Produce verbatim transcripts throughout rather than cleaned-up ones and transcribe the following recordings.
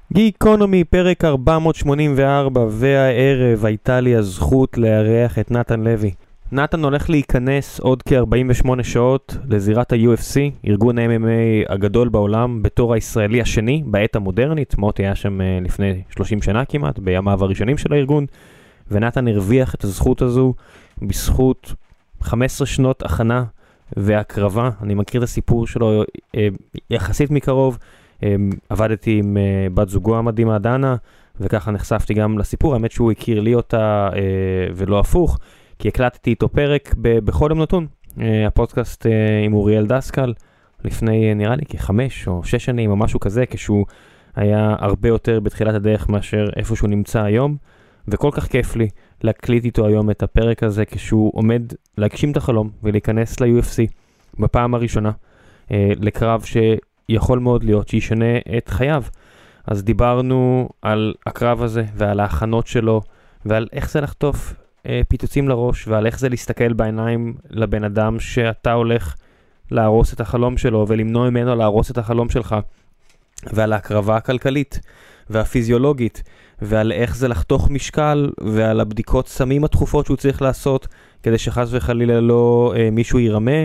גיקונומי, פרק ארבע מאות שמונים וארבע, והערב הייתה לי הזכות לארח את נתן לוי. נתן הולך להיכנס עוד כ-ארבעים ושמונה שעות לזירת ה-יו אף סי, ארגון ה-אם אם איי הגדול בעולם, בתור הישראלי השני בעת המודרנית. מוטי היה שם לפני שלושים שנה כמעט, בימיו הראשונים של הארגון, ונתן הרוויח את הזכות הזו בזכות חמש עשרה שנות הכנה והקרבה. אני מכיר את הסיפור שלו יחסית מקרוב. עבדתי עם בת זוגו המדהימה דנה, וככה נחשפתי גם לסיפור. האמת שהוא הכיר לי אותה ולא הפוך, כי הקלטתי איתו פרק בכל יום נתון, הפודקאסט עם אוריאל דסקל, לפני נראה לי כחמש או שש שנים או משהו כזה, כשהוא היה הרבה יותר בתחילת הדרך מאשר איפה שהוא נמצא היום, וכל כך כיף לי להקליט איתו היום את הפרק הזה, כשהוא עומד להגשים את החלום ולהיכנס ל-יו אף סי בפעם הראשונה, לקרב שיכול מאוד להיות שישנה את חייו. אז דיברנו על הקרב הזה ועל ההכנות שלו, ועל איך זה לחטוף פיתוצים לראש, ועל איך זה להסתכל בעיניים לבן אדם שאתה הולך להרוס את החלום שלו ולמנוע ממנו להרוס את החלום שלך, ועל ההקרבה הכלכלית והפיזיולוגית, ועל איך זה לחתוך משקל, ועל הבדיקות סמים התכופות שהוא צריך לעשות כדי שחס וחלילה לא אה, מישהו ירמה,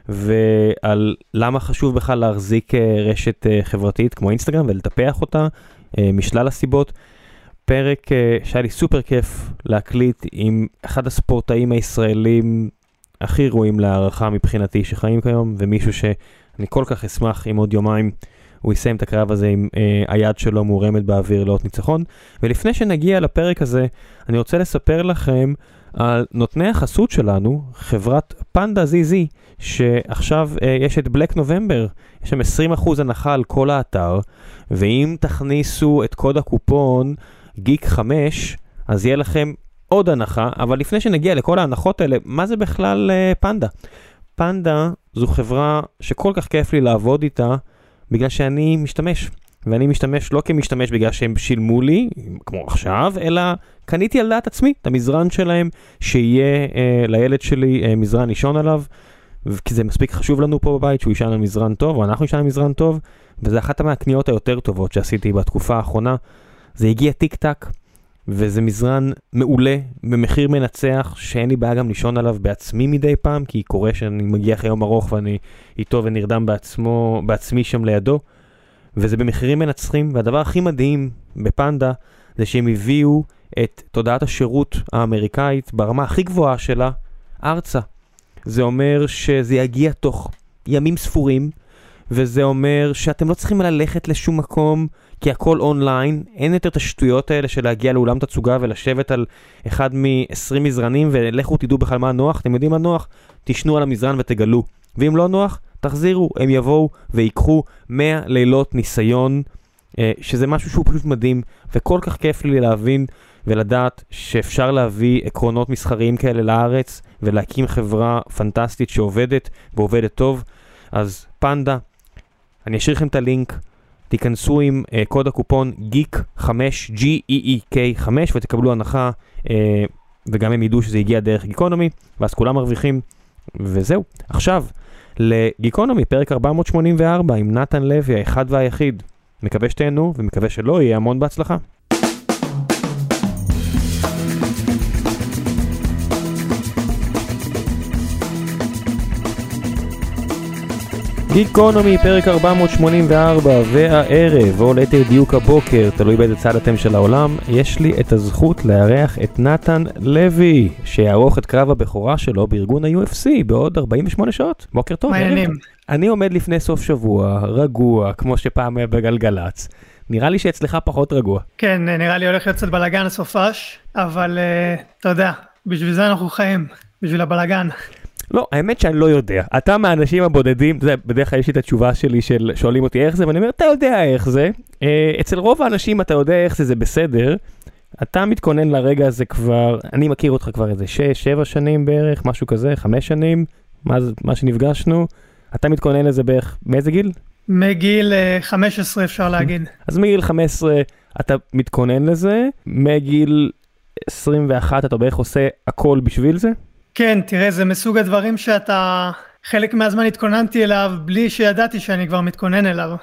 ועל למה חשוב בכלל להחזיק אה, רשת אה, חברתית כמו אינסטגרם ולטפח אותה, אה, משלל הסיבות. פרק אה, שהיה לי סופר כיף להקליט עם אחד הספורטאים הישראלים הכי ראויים להערכה מבחינתי שחיים כיום, ומישהו שאני כל כך אשמח אם עוד יומיים הוא יסיים את הקרב הזה עם אה, היד שלו מורמת באוויר לאות ניצחון. ולפני שנגיע לפרק הזה, אני רוצה לספר לכם על נותני החסות שלנו, חברת פנדה זי זי, שעכשיו אה, יש את בלק נובמבר, יש שם עשרים אחוז הנחה על כל האתר, ואם תכניסו את קוד הקופון גיק חמש, אז יהיה לכם עוד הנחה. אבל לפני שנגיע לכל ההנחות האלה, מה זה בכלל אה, פנדה? פנדה זו חברה שכל כך כיף לי לעבוד איתה, בגלל שאני משתמש, ואני משתמש לא כמשתמש בגלל שהם שילמו לי, כמו עכשיו, אלא קניתי על דעת עצמי את המזרן שלהם, שיהיה אה, לילד שלי אה, מזרן לישון עליו, כי זה מספיק חשוב לנו פה בבית, שהוא ישן על מזרן טוב, או אנחנו ישן על מזרן טוב, וזה אחת מהקניות היותר טובות שעשיתי בתקופה האחרונה. זה הגיע טיק טק, וזה מזרן מעולה, במחיר מנצח, שאין לי בעיה גם לישון עליו בעצמי מדי פעם, כי קורה שאני מגיע אחרי יום ארוך, ואני איתו ונרדם בעצמו, בעצמי שם לידו, וזה במחירים מנצחים. והדבר הכי מדהים בפנדה, זה שהם הביאו את תודעת השירות האמריקאית, ברמה הכי גבוהה שלה, ארצה. זה אומר שזה יגיע תוך ימים ספורים, וזה אומר שאתם לא צריכים ללכת לשום מקום, כי הכל אונליין. אין יותר את השטויות האלה של להגיע לאולם תצוגה ולשבת על אחד מ-עשרים מזרנים ולכו תדעו בכלל מה נוח. אתם יודעים מה נוח? תשנו על המזרן ותגלו. ואם לא נוח, תחזירו. הם יבואו ויקחו מאה לילות ניסיון, שזה משהו שהוא פשוט מדהים, וכל כך כיף לי להבין ולדעת שאפשר להביא עקרונות מסחריים כאלה לארץ ולהקים חברה פנטסטית שעובדת ועובדת טוב. אז פנדה, אני אשאיר לכם את הלינק, תיכנסו עם uh, קוד הקופון גיק חמש, ג'י אי אי קיי חמש, ותקבלו הנחה, uh, וגם הם ידעו שזה הגיע דרך גיקונומי, ואז כולם מרוויחים, וזהו. עכשיו, לגיקונומי, פרק ארבע מאות שמונים וארבע, עם נתן לוי, האחד והיחיד. מקווה שתהנו, ומקווה שלא, יהיה המון בהצלחה. גיקונומי, פרק ארבע מאות שמונים וארבע, והערב, או ליתר דיוק הבוקר, תלוי באיזה צד אתם של העולם, יש לי את הזכות לארח את נתן לוי, שיערוך את קרב הבכורה שלו בארגון ה-יו אף סי בעוד ארבעים ושמונה שעות. בוקר טוב. מעניינים. אני עומד לפני סוף שבוע, רגוע, כמו שפעם היה בגלגלץ. נראה לי שאצלך פחות רגוע. כן, נראה לי הולך לצאת בלגן סופש, אבל uh, אתה יודע, בשביל זה אנחנו חיים, בשביל הבלגן. לא, האמת שאני לא יודע. אתה מהאנשים הבודדים, זה בדרך כלל יש לי את התשובה שלי של שואלים אותי איך זה, ואני אומר, אתה יודע איך זה. אצל רוב האנשים אתה יודע איך זה, זה בסדר. אתה מתכונן לרגע הזה כבר, אני מכיר אותך כבר איזה שש, שבע שנים בערך, משהו כזה, חמש שנים, מה, מה שנפגשנו. אתה מתכונן לזה בערך, מאיזה גיל? מגיל חמש עשרה אפשר להגיד. אז מגיל חמש עשרה אתה מתכונן לזה, מגיל עשרים ואחת אתה בערך עושה הכל בשביל זה? כן, תראה, זה מסוג הדברים שאתה חלק מהזמן התכוננתי אליו בלי שידעתי שאני כבר מתכונן אליו.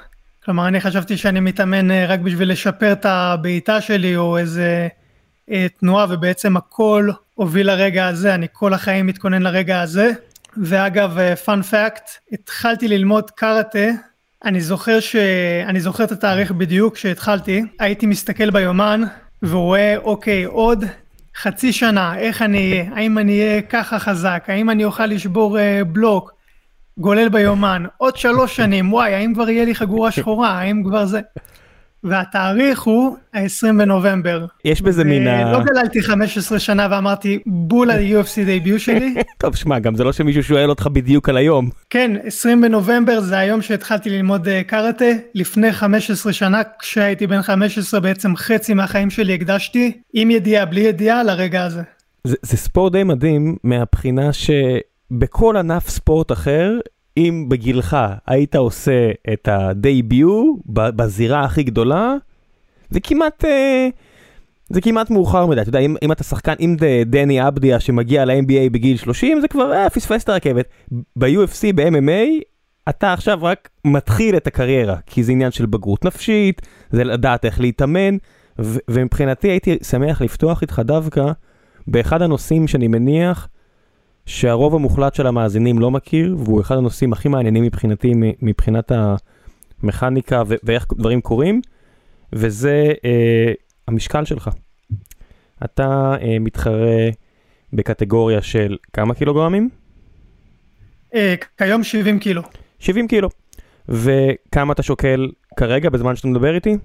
כלומר, אני חשבתי שאני מתאמן רק בשביל לשפר את הבעיטה שלי, או איזה תנועה, ובעצם הכל הוביל לרגע הזה, אני כל החיים מתכונן לרגע הזה. ואגב, פאנ פאקט, התחלתי ללמוד קראטה, אני זוכר ש... אני זוכר את התאריך בדיוק שהתחלתי, הייתי מסתכל ביומן, ורואה, אוקיי, עוד חצי שנה, איך אני, האם אני אהיה ככה חזק, האם אני אוכל לשבור בלוק, גולל ביומן, עוד שלוש שנים, וואי, האם כבר יהיה לי חגורה שחורה, האם כבר זה... והתאריך הוא ה-עשרים בנובמבר. יש בזה מן ה... לא גללתי חמש עשרה שנה ואמרתי, בול ה-יו אף סי דייביוט שלי. טוב, שמע, גם זה לא שמישהו שואל אותך בדיוק על היום. כן, עשרים בנובמבר זה היום שהתחלתי ללמוד קראטה, לפני חמש עשרה שנה, כשהייתי בן חמש עשרה, בעצם חצי מהחיים שלי הקדשתי, עם ידיעה, בלי ידיעה, לרגע הזה. זה, זה ספורט די מדהים, מהבחינה שבכל ענף ספורט אחר, אם בגילך היית עושה את הדייביוט בזירה הכי גדולה, זה כמעט, זה כמעט מאוחר מדי. אתה יודע, אם, אם אתה שחקן, אם דני אבדיה שמגיע ל-אן בי איי בגיל שלושים, זה כבר אה, פספס את הרכבת. ב-יו אף סי, ב-אם אם איי, אתה עכשיו רק מתחיל את הקריירה, כי זה עניין של בגרות נפשית, זה לדעת איך להתאמן, ו- ומבחינתי הייתי שמח לפתוח איתך דווקא באחד הנושאים שאני מניח, שהרוב המוחלט של המאזינים לא מכיר, והוא אחד הנושאים הכי מעניינים מבחינתי, מבחינת המכניקה ו- ואיך דברים קורים, וזה אה, המשקל שלך. אתה אה, מתחרה בקטגוריה של כמה קילוגרמים? אה, כיום שבעים קילו. שבעים קילו. וכמה אתה שוקל כרגע בזמן שאתה מדבר איתי?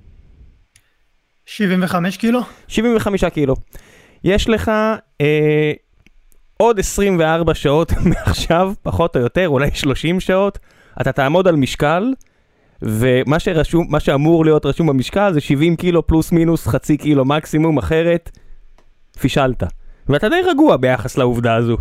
שבעים וחמש קילו. שבעים וחמישה קילו. יש לך... אה, עוד עשרים וארבע שעות מעכשיו, פחות או יותר, אולי שלושים שעות, אתה תעמוד על משקל, ומה שרשום, מה שאמור להיות רשום במשקל, זה שבעים קילו פלוס מינוס חצי קילו מקסימום, אחרת פישלת. ואתה די רגוע ביחס לעובדה הזו.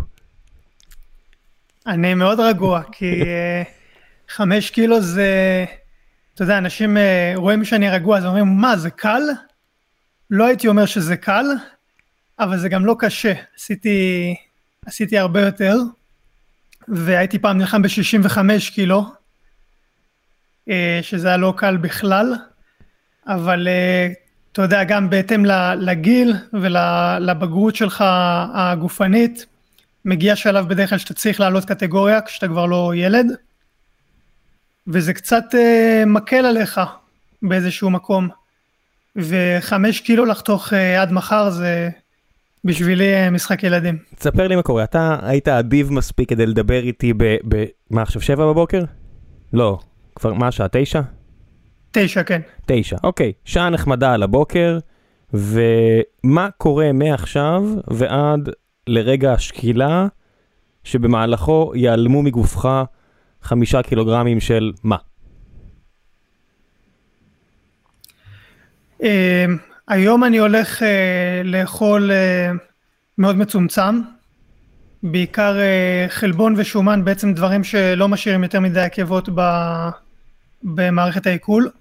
אני מאוד רגוע, כי חמש קילו זה, אתה יודע, אנשים רואים שאני רגוע, אז אומרים, מה, זה קל? לא הייתי אומר שזה קל, אבל זה גם לא קשה. עשיתי... עשיתי הרבה יותר, והייתי פעם נלחם ב-שישים וחמש קילו, שזה היה לא קל בכלל, אבל אתה יודע, גם בהתאם לגיל ולבגרות שלך הגופנית, מגיע שלב בדרך כלל שאתה צריך לעלות קטגוריה, כשאתה כבר לא ילד, וזה קצת מקל עליך באיזשהו מקום, וחמש קילו לחתוך עד מחר זה... בשבילי משחק ילדים. תספר לי מה קורה, אתה היית אדיב מספיק כדי לדבר איתי ב... ב מה עכשיו, שבע בבוקר? לא, כבר מה השעה, תשע? תשע, כן. תשע, אוקיי. שעה נחמדה על הבוקר, ומה קורה מעכשיו ועד לרגע השקילה, שבמהלכו ייעלמו מגופך חמישה קילוגרמים של מה? אה... היום אני הולך אה, לאכול אה, מאוד מצומצם, בעיקר אה, חלבון ושומן, בעצם דברים שלא משאירים יותר מדי עקבות ב, במערכת העיכול.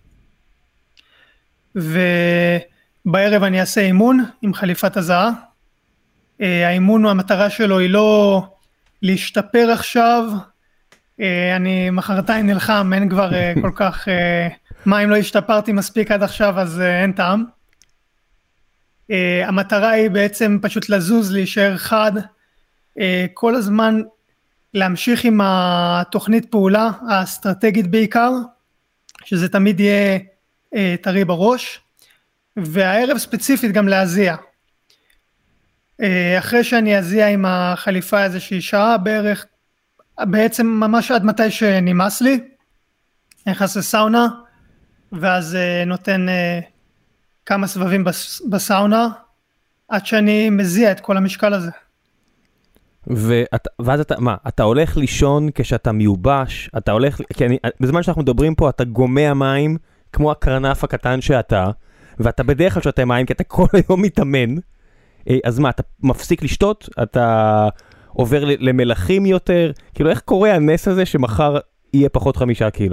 ובערב אני אעשה אימון עם חליפת הזעה. אה, האימון, המטרה שלו היא לא להשתפר עכשיו, אה, אני מחרתיים נלחם, אין כבר אה, כל כך, אה, מה אם לא השתפרתי מספיק עד עכשיו אז אה, אין טעם. Uh, המטרה היא בעצם פשוט לזוז, להישאר חד, uh, כל הזמן להמשיך עם התוכנית פעולה האסטרטגית בעיקר, שזה תמיד יהיה uh, טרי בראש, והערב ספציפית גם להזיע. Uh, אחרי שאני אזיע עם החליפה איזושהי שעה בערך, בעצם ממש עד מתי שנמאס לי, נכנס לסאונה, ואז uh, נותן... Uh, כמה סבבים בסאונה, עד שאני מזיע את כל המשקל הזה. ואת, ואז אתה, מה, אתה הולך לישון כשאתה מיובש, אתה הולך, כי אני, בזמן שאנחנו מדברים פה, אתה גומע מים, כמו הקרנף הקטן שאתה, ואתה בדרך כלל שותה מים, כי אתה כל היום מתאמן, אז מה, אתה מפסיק לשתות? אתה עובר למלחים יותר? כאילו, איך קורה הנס הזה שמחר יהיה פחות חמישה קילו?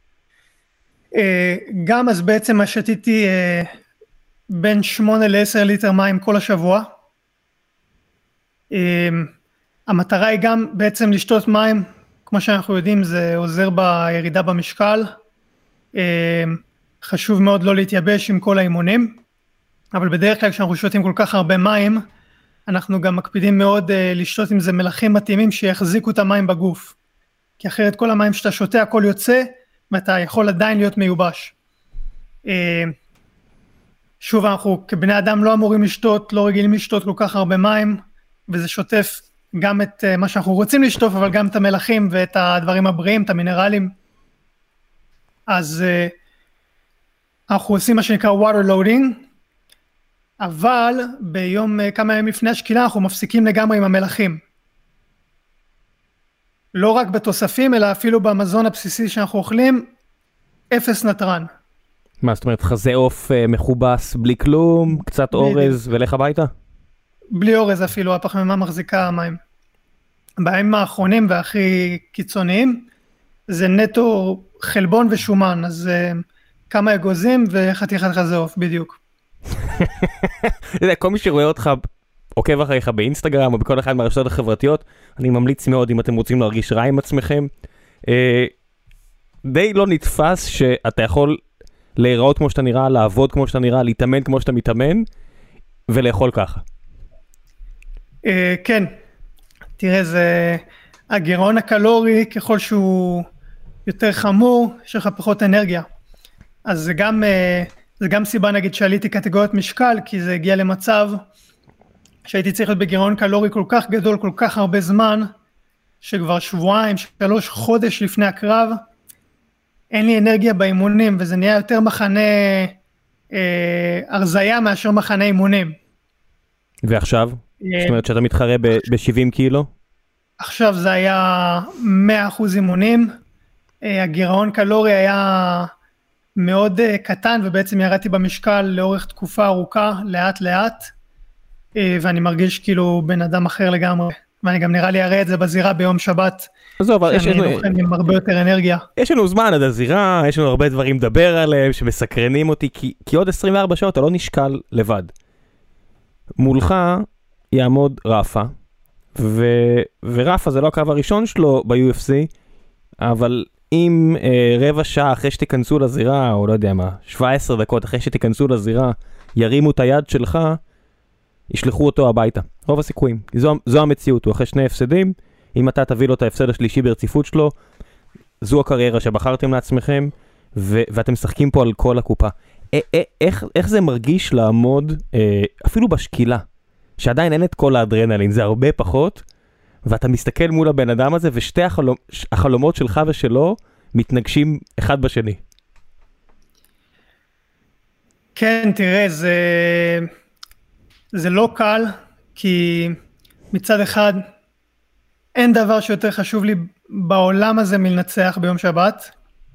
גם אז בעצם השתיתי... בין שמונה לעשר ליטר מים כל השבוע. המטרה היא גם בעצם לשתות מים, כמו שאנחנו יודעים זה עוזר בירידה במשקל, חשוב מאוד לא להתייבש עם כל האימונים, אבל בדרך כלל כשאנחנו שותים כל כך הרבה מים, אנחנו גם מקפידים מאוד לשתות עם זה מלחים מתאימים שיחזיקו את המים בגוף, כי אחרת כל המים שאתה שותה הכל יוצא, ואתה יכול עדיין להיות מיובש. שוב, אנחנו כבני אדם לא אמורים לשתות, לא רגילים לשתות כל כך הרבה מים, וזה שוטף גם את מה שאנחנו רוצים לשטוף, אבל גם את המלחים ואת הדברים הבריאים, את המינרלים. אז אנחנו עושים מה שנקרא water loading, אבל ביום, כמה ימים לפני השקילה, אנחנו מפסיקים לגמרי עם המלחים. לא רק בתוספים, אלא אפילו במזון הבסיסי שאנחנו אוכלים, אפס נטרן. מה זאת אומרת, חזה עוף מחובס בלי כלום, קצת אורז ולך הביתה? בלי אורז אפילו, הפחמימה מחזיקה מים. בימים האחרונים והכי קיצוניים, זה נטו חלבון ושומן, אז כמה אגוזים וחתיכת חזה עוף, בדיוק. כל מי שרואה אותך, עוקב אחריך באינסטגרם או בכל אחד מהרשתות החברתיות, אני ממליץ מאוד אם אתם רוצים להרגיש רע עם עצמכם. די לא נתפס שאתה יכול להיראות כמו שאתה נראה, לעבוד כמו שאתה נראה, להתאמן כמו שאתה מתאמן, ולאכול ככה. כן, תראה, זה הגירעון הקלורי, ככל שהוא יותר חמור, יש לך פחות אנרגיה. אז זה גם, זה גם סיבה, נגיד, שעליתי קטגוריית משקל, כי זה הגיע למצב שהייתי צריך להיות בגירעון קלורי כל כך גדול, כל כך הרבה זמן, שכבר שבועיים, שלוש חודש לפני הקרב, אין לי אנרגיה באימונים, וזה נהיה יותר מחנה אה, הרזיה מאשר מחנה אימונים. ועכשיו? אה, זאת אומרת שאתה מתחרה ב-שבעים קילו? עכשיו זה היה מאה אחוז אימונים, אה, הגירעון קלורי היה מאוד אה, קטן, ובעצם ירדתי במשקל לאורך תקופה ארוכה, לאט לאט, אה, ואני מרגיש כאילו בן אדם אחר לגמרי, ואני גם נראה לי אראה את זה בזירה ביום שבת, שאני לוחם עם הרבה יותר אנרגיה. יש לנו זמן עד הזירה, יש לנו הרבה דברים לדבר עליהם שמסקרנים אותי, כי, כי עוד עשרים וארבע שעות אתה לא נשקל לבד. מולך יעמוד רפה, ו, ורפה זה לא הקרב הראשון שלו ב-יו אף סי, אבל אם אה, רבע שעה אחרי שתיכנסו לזירה, או לא יודע מה, שבע עשרה דקות אחרי שתיכנסו לזירה, ירימו את היד שלך, ישלחו אותו הביתה. רוב הסיכויים. זו, זו המציאות, הוא אחרי שני הפסדים, אם אתה תביא לו את ההפסד השלישי ברציפות שלו, זו הקריירה שבחרתם לעצמכם, ו- ואתם משחקים פה על כל הקופה. א- א- איך, איך זה מרגיש לעמוד, אה, אפילו בשקילה, שעדיין אין את כל האדרנלין, זה הרבה פחות, ואתה מסתכל מול הבן אדם הזה, ושתי החלומ- החלומות שלך ושלו, מתנגשים אחד בשני. כן, תראה, זה, זה לא קל, כי מצד אחד, אין דבר שיותר חשוב לי בעולם הזה מלנצח ביום שבת.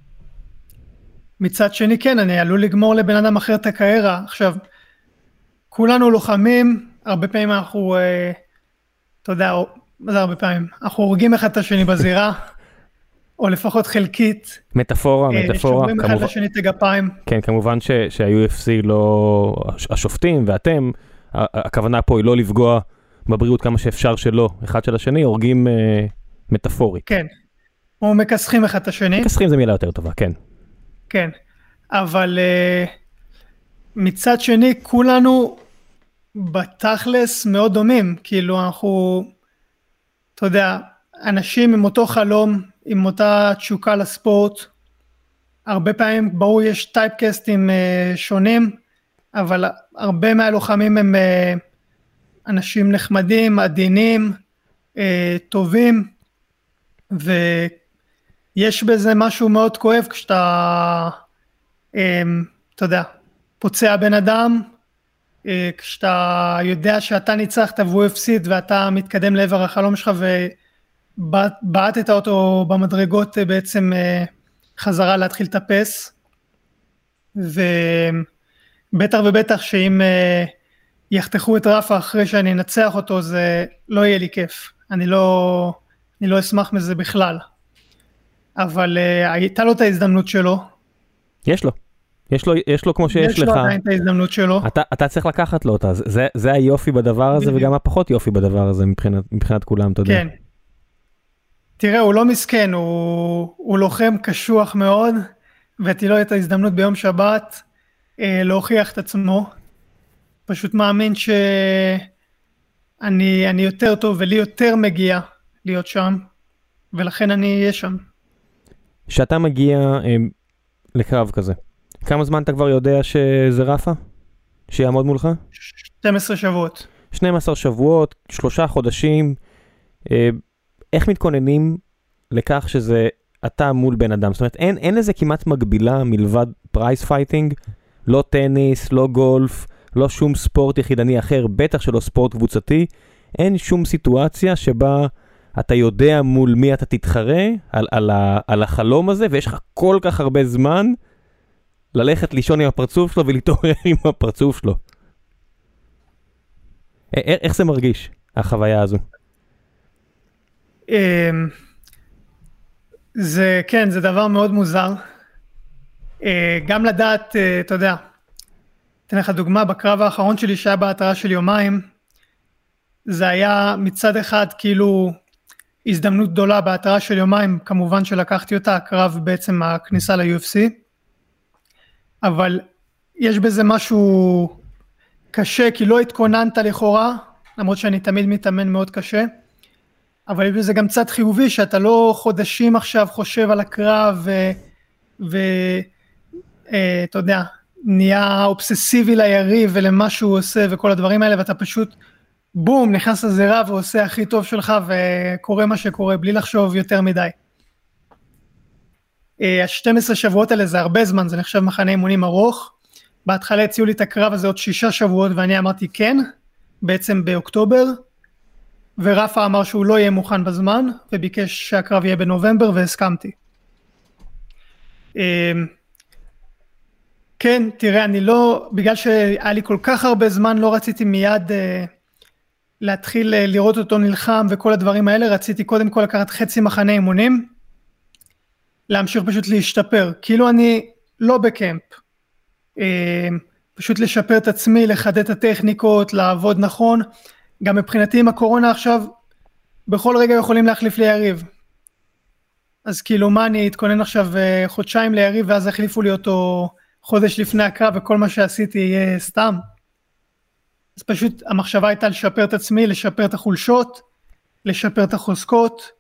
מצד שני, כן, אני עלול לגמור לבן אדם אחר את הקריירה. עכשיו, כולנו לוחמים, הרבה פעמים אנחנו, אה, אתה יודע, מה זה הרבה פעמים? אנחנו הורגים אחד את השני בזירה, או לפחות חלקית. מטאפורה, אה, מטאפורה. שוברים כמובן... אחד לשני את הגפיים. כן, כמובן ש- שה-יו אף סי לא, השופטים ואתם, הכוונה פה היא לא לפגוע בבריאות כמה שאפשר שלא, אחד של השני, הורגים אה, מטאפורית. כן, או מכסחים אחד את השני. מכסחים זה מילה יותר טובה, כן. כן, אבל אה, מצד שני, כולנו בתכלס מאוד דומים, כאילו אנחנו, אתה יודע, אנשים עם אותו חלום, עם אותה תשוקה לספורט, הרבה פעמים ברור יש טייפקסטים אה, שונים, אבל הרבה מהלוחמים הם... אה, אנשים נחמדים, עדינים, אה, טובים, ויש בזה משהו מאוד כואב כשאתה, אה, אתה יודע, פוצע בן אדם, אה, כשאתה יודע שאתה ניצחת והוא הפסיד ואתה מתקדם לעבר החלום שלך ובעטת אותו במדרגות אה, בעצם אה, חזרה להתחיל לטפס, ובטח ובטח שאם אה, יחתכו את רפה אחרי שאני אנצח אותו, זה לא יהיה לי כיף. אני לא, אני לא אשמח מזה בכלל. אבל uh, הייתה לו את ההזדמנות שלו. יש לו. יש לו, יש לו כמו שיש יש לך. יש לו עדיין את ההזדמנות שלו. אתה, אתה צריך לקחת לו אותה. זה, זה היופי בדבר הזה, וגם הפחות יופי בדבר הזה מבחינת, מבחינת כולם, אתה יודע. כן. תראה, הוא לא מסכן, הוא, הוא לוחם קשוח מאוד, ותהיה לו את ההזדמנות ביום שבת אה, להוכיח את עצמו. פשוט מאמין שאני אני יותר טוב ולי יותר מגיע להיות שם, ולכן אני אהיה שם. שאתה מגיע אה, לקרב כזה, כמה זמן אתה כבר יודע שזה רפה? שיעמוד מולך? שנים עשר שבועות. שנים עשר שבועות, שלושה חודשים. אה, איך מתכוננים לכך שזה אתה מול בן אדם? זאת אומרת, אין, אין לזה כמעט מקבילה מלבד פרייס פייטינג, לא טניס, לא גולף, לא שום ספורט יחידני אחר, בטח שלא ספורט קבוצתי. אין שום סיטואציה שבה אתה יודע מול מי אתה תתחרה על, על, ה, על החלום הזה, ויש לך כל כך הרבה זמן ללכת לישון עם הפרצוף שלו ולהתעורר עם הפרצוף שלו. א- איך זה מרגיש, החוויה הזו? זה, כן, זה דבר מאוד מוזר. גם לדעת, אתה יודע, אתן לך דוגמה, בקרב האחרון שלי שהיה בהתראה של יומיים, זה היה מצד אחד כאילו הזדמנות גדולה בהתראה של יומיים, כמובן שלקחתי אותה, הקרב בעצם הכניסה ל-יו אף סי, אבל יש בזה משהו קשה, כי לא התכוננת לכאורה, למרות שאני תמיד מתאמן מאוד קשה, אבל יש בזה גם צד חיובי, שאתה לא חודשים עכשיו חושב על הקרב, ואתה יודע, נהיה אובססיבי ליריב ולמה שהוא עושה וכל הדברים האלה, ואתה פשוט בום, נכנס לזירה ועושה הכי טוב שלך וקורה מה שקורה בלי לחשוב יותר מדי. ה-שנים עשר שבועות האלה זה הרבה זמן, זה נחשב מחנה אימונים ארוך. בהתחלה הציעו לי את הקרב הזה עוד שישה שבועות ואני אמרתי כן, בעצם באוקטובר, ורפה אמר שהוא לא יהיה מוכן בזמן וביקש שהקרב יהיה בנובמבר והסכמתי. כן, תראה, אני לא, בגלל שהיה לי כל כך הרבה זמן, לא רציתי מיד אה, להתחיל אה, לראות אותו נלחם וכל הדברים האלה, רציתי קודם כל לקחת חצי מחנה אימונים, להמשיך פשוט להשתפר, כאילו אני לא בקמפ, אה, פשוט לשפר את עצמי, לחדד את הטכניקות, לעבוד נכון, גם מבחינתי עם הקורונה עכשיו, בכל רגע יכולים להחליף לי יריב, אז כאילו מה, אני אתכונן עכשיו אה, חודשיים ליריב, ואז החליפו לי אותו חודש לפני הקרב, וכל מה שעשיתי יהיה סתם. אז פשוט המחשבה הייתה לשפר את עצמי, לשפר את החולשות, לשפר את החוזקות,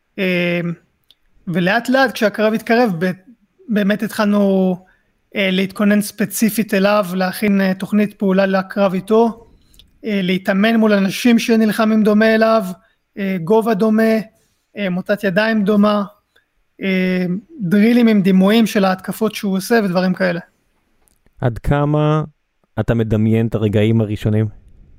ולאט לאט כשהקרב התקרב, באמת התחלנו להתכונן ספציפית אליו, להכין תוכנית פעולה לקרב איתו, להתאמן מול אנשים שנלחמים דומה אליו, גובה דומה, מוטת ידיים דומה, דרילים עם דימויים של ההתקפות שהוא עושה ודברים כאלה. עד כמה אתה מדמיין את הרגעים הראשונים?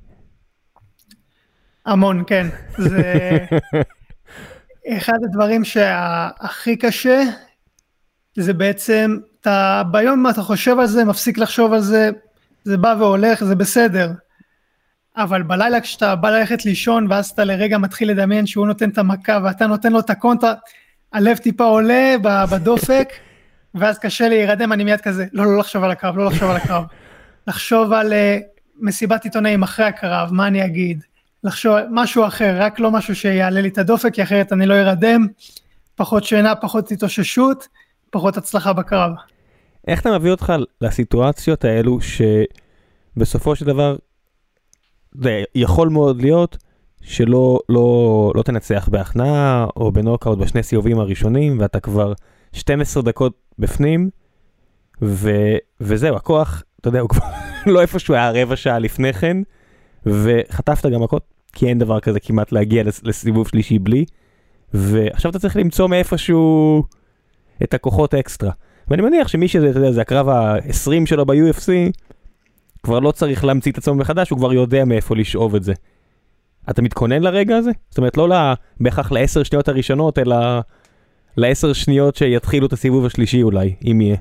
המון, כן. זה אחד הדברים שהכי קשה, זה בעצם, אתה, ביום מה אתה חושב על זה, מפסיק לחשוב על זה, זה בא והולך, זה בסדר. אבל בלילה כשאתה בא ללכת לישון, ואז אתה לרגע מתחיל לדמיין שהוא נותן את המכה, ואתה נותן לו את הקונטרה, הלב טיפה עולה בדופק, ואז קשה להירדם, אני מיד כזה, לא, לא לחשוב על הקרב, לא לחשוב על הקרב. לחשוב על uh, מסיבת עיתונאים אחרי הקרב, מה אני אגיד, לחשוב משהו אחר, רק לא משהו שיעלה לי את הדופק, כי אחרת אני לא ירדם, פחות שינה, פחות התאוששות, פחות הצלחה בקרב. איך אתה מביא אותך לסיטואציות האלו, שבסופו של דבר, זה יכול מאוד להיות, שלא לא, לא תנצח בהכנעה, או בנוקאוט בשני סיבובים הראשונים, ואתה כבר שתים עשרה דקות בפנים, ו, וזהו, הכוח, אתה יודע, הוא כבר לא איפשהו היה רבע שעה לפני כן, וחטפת גם מכות, כי אין דבר כזה כמעט להגיע לסיבוב שלישי בלי, ועכשיו אתה צריך למצוא מאיפשהו את הכוחות האקסטרה. ואני מניח שמי שזה, אתה יודע, זה הקרב ה-עשרים שלו ב-יו אף סי, כבר לא צריך להמציא את עצמו מחדש, הוא כבר יודע מאיפה לשאוב את זה. אתה מתכונן לרגע הזה? זאת אומרת, לא בהכרח לעשר שניות הראשונות, אלא לעשר שניות שיתחילו את הסיבוב השלישי אולי, אם יהיה.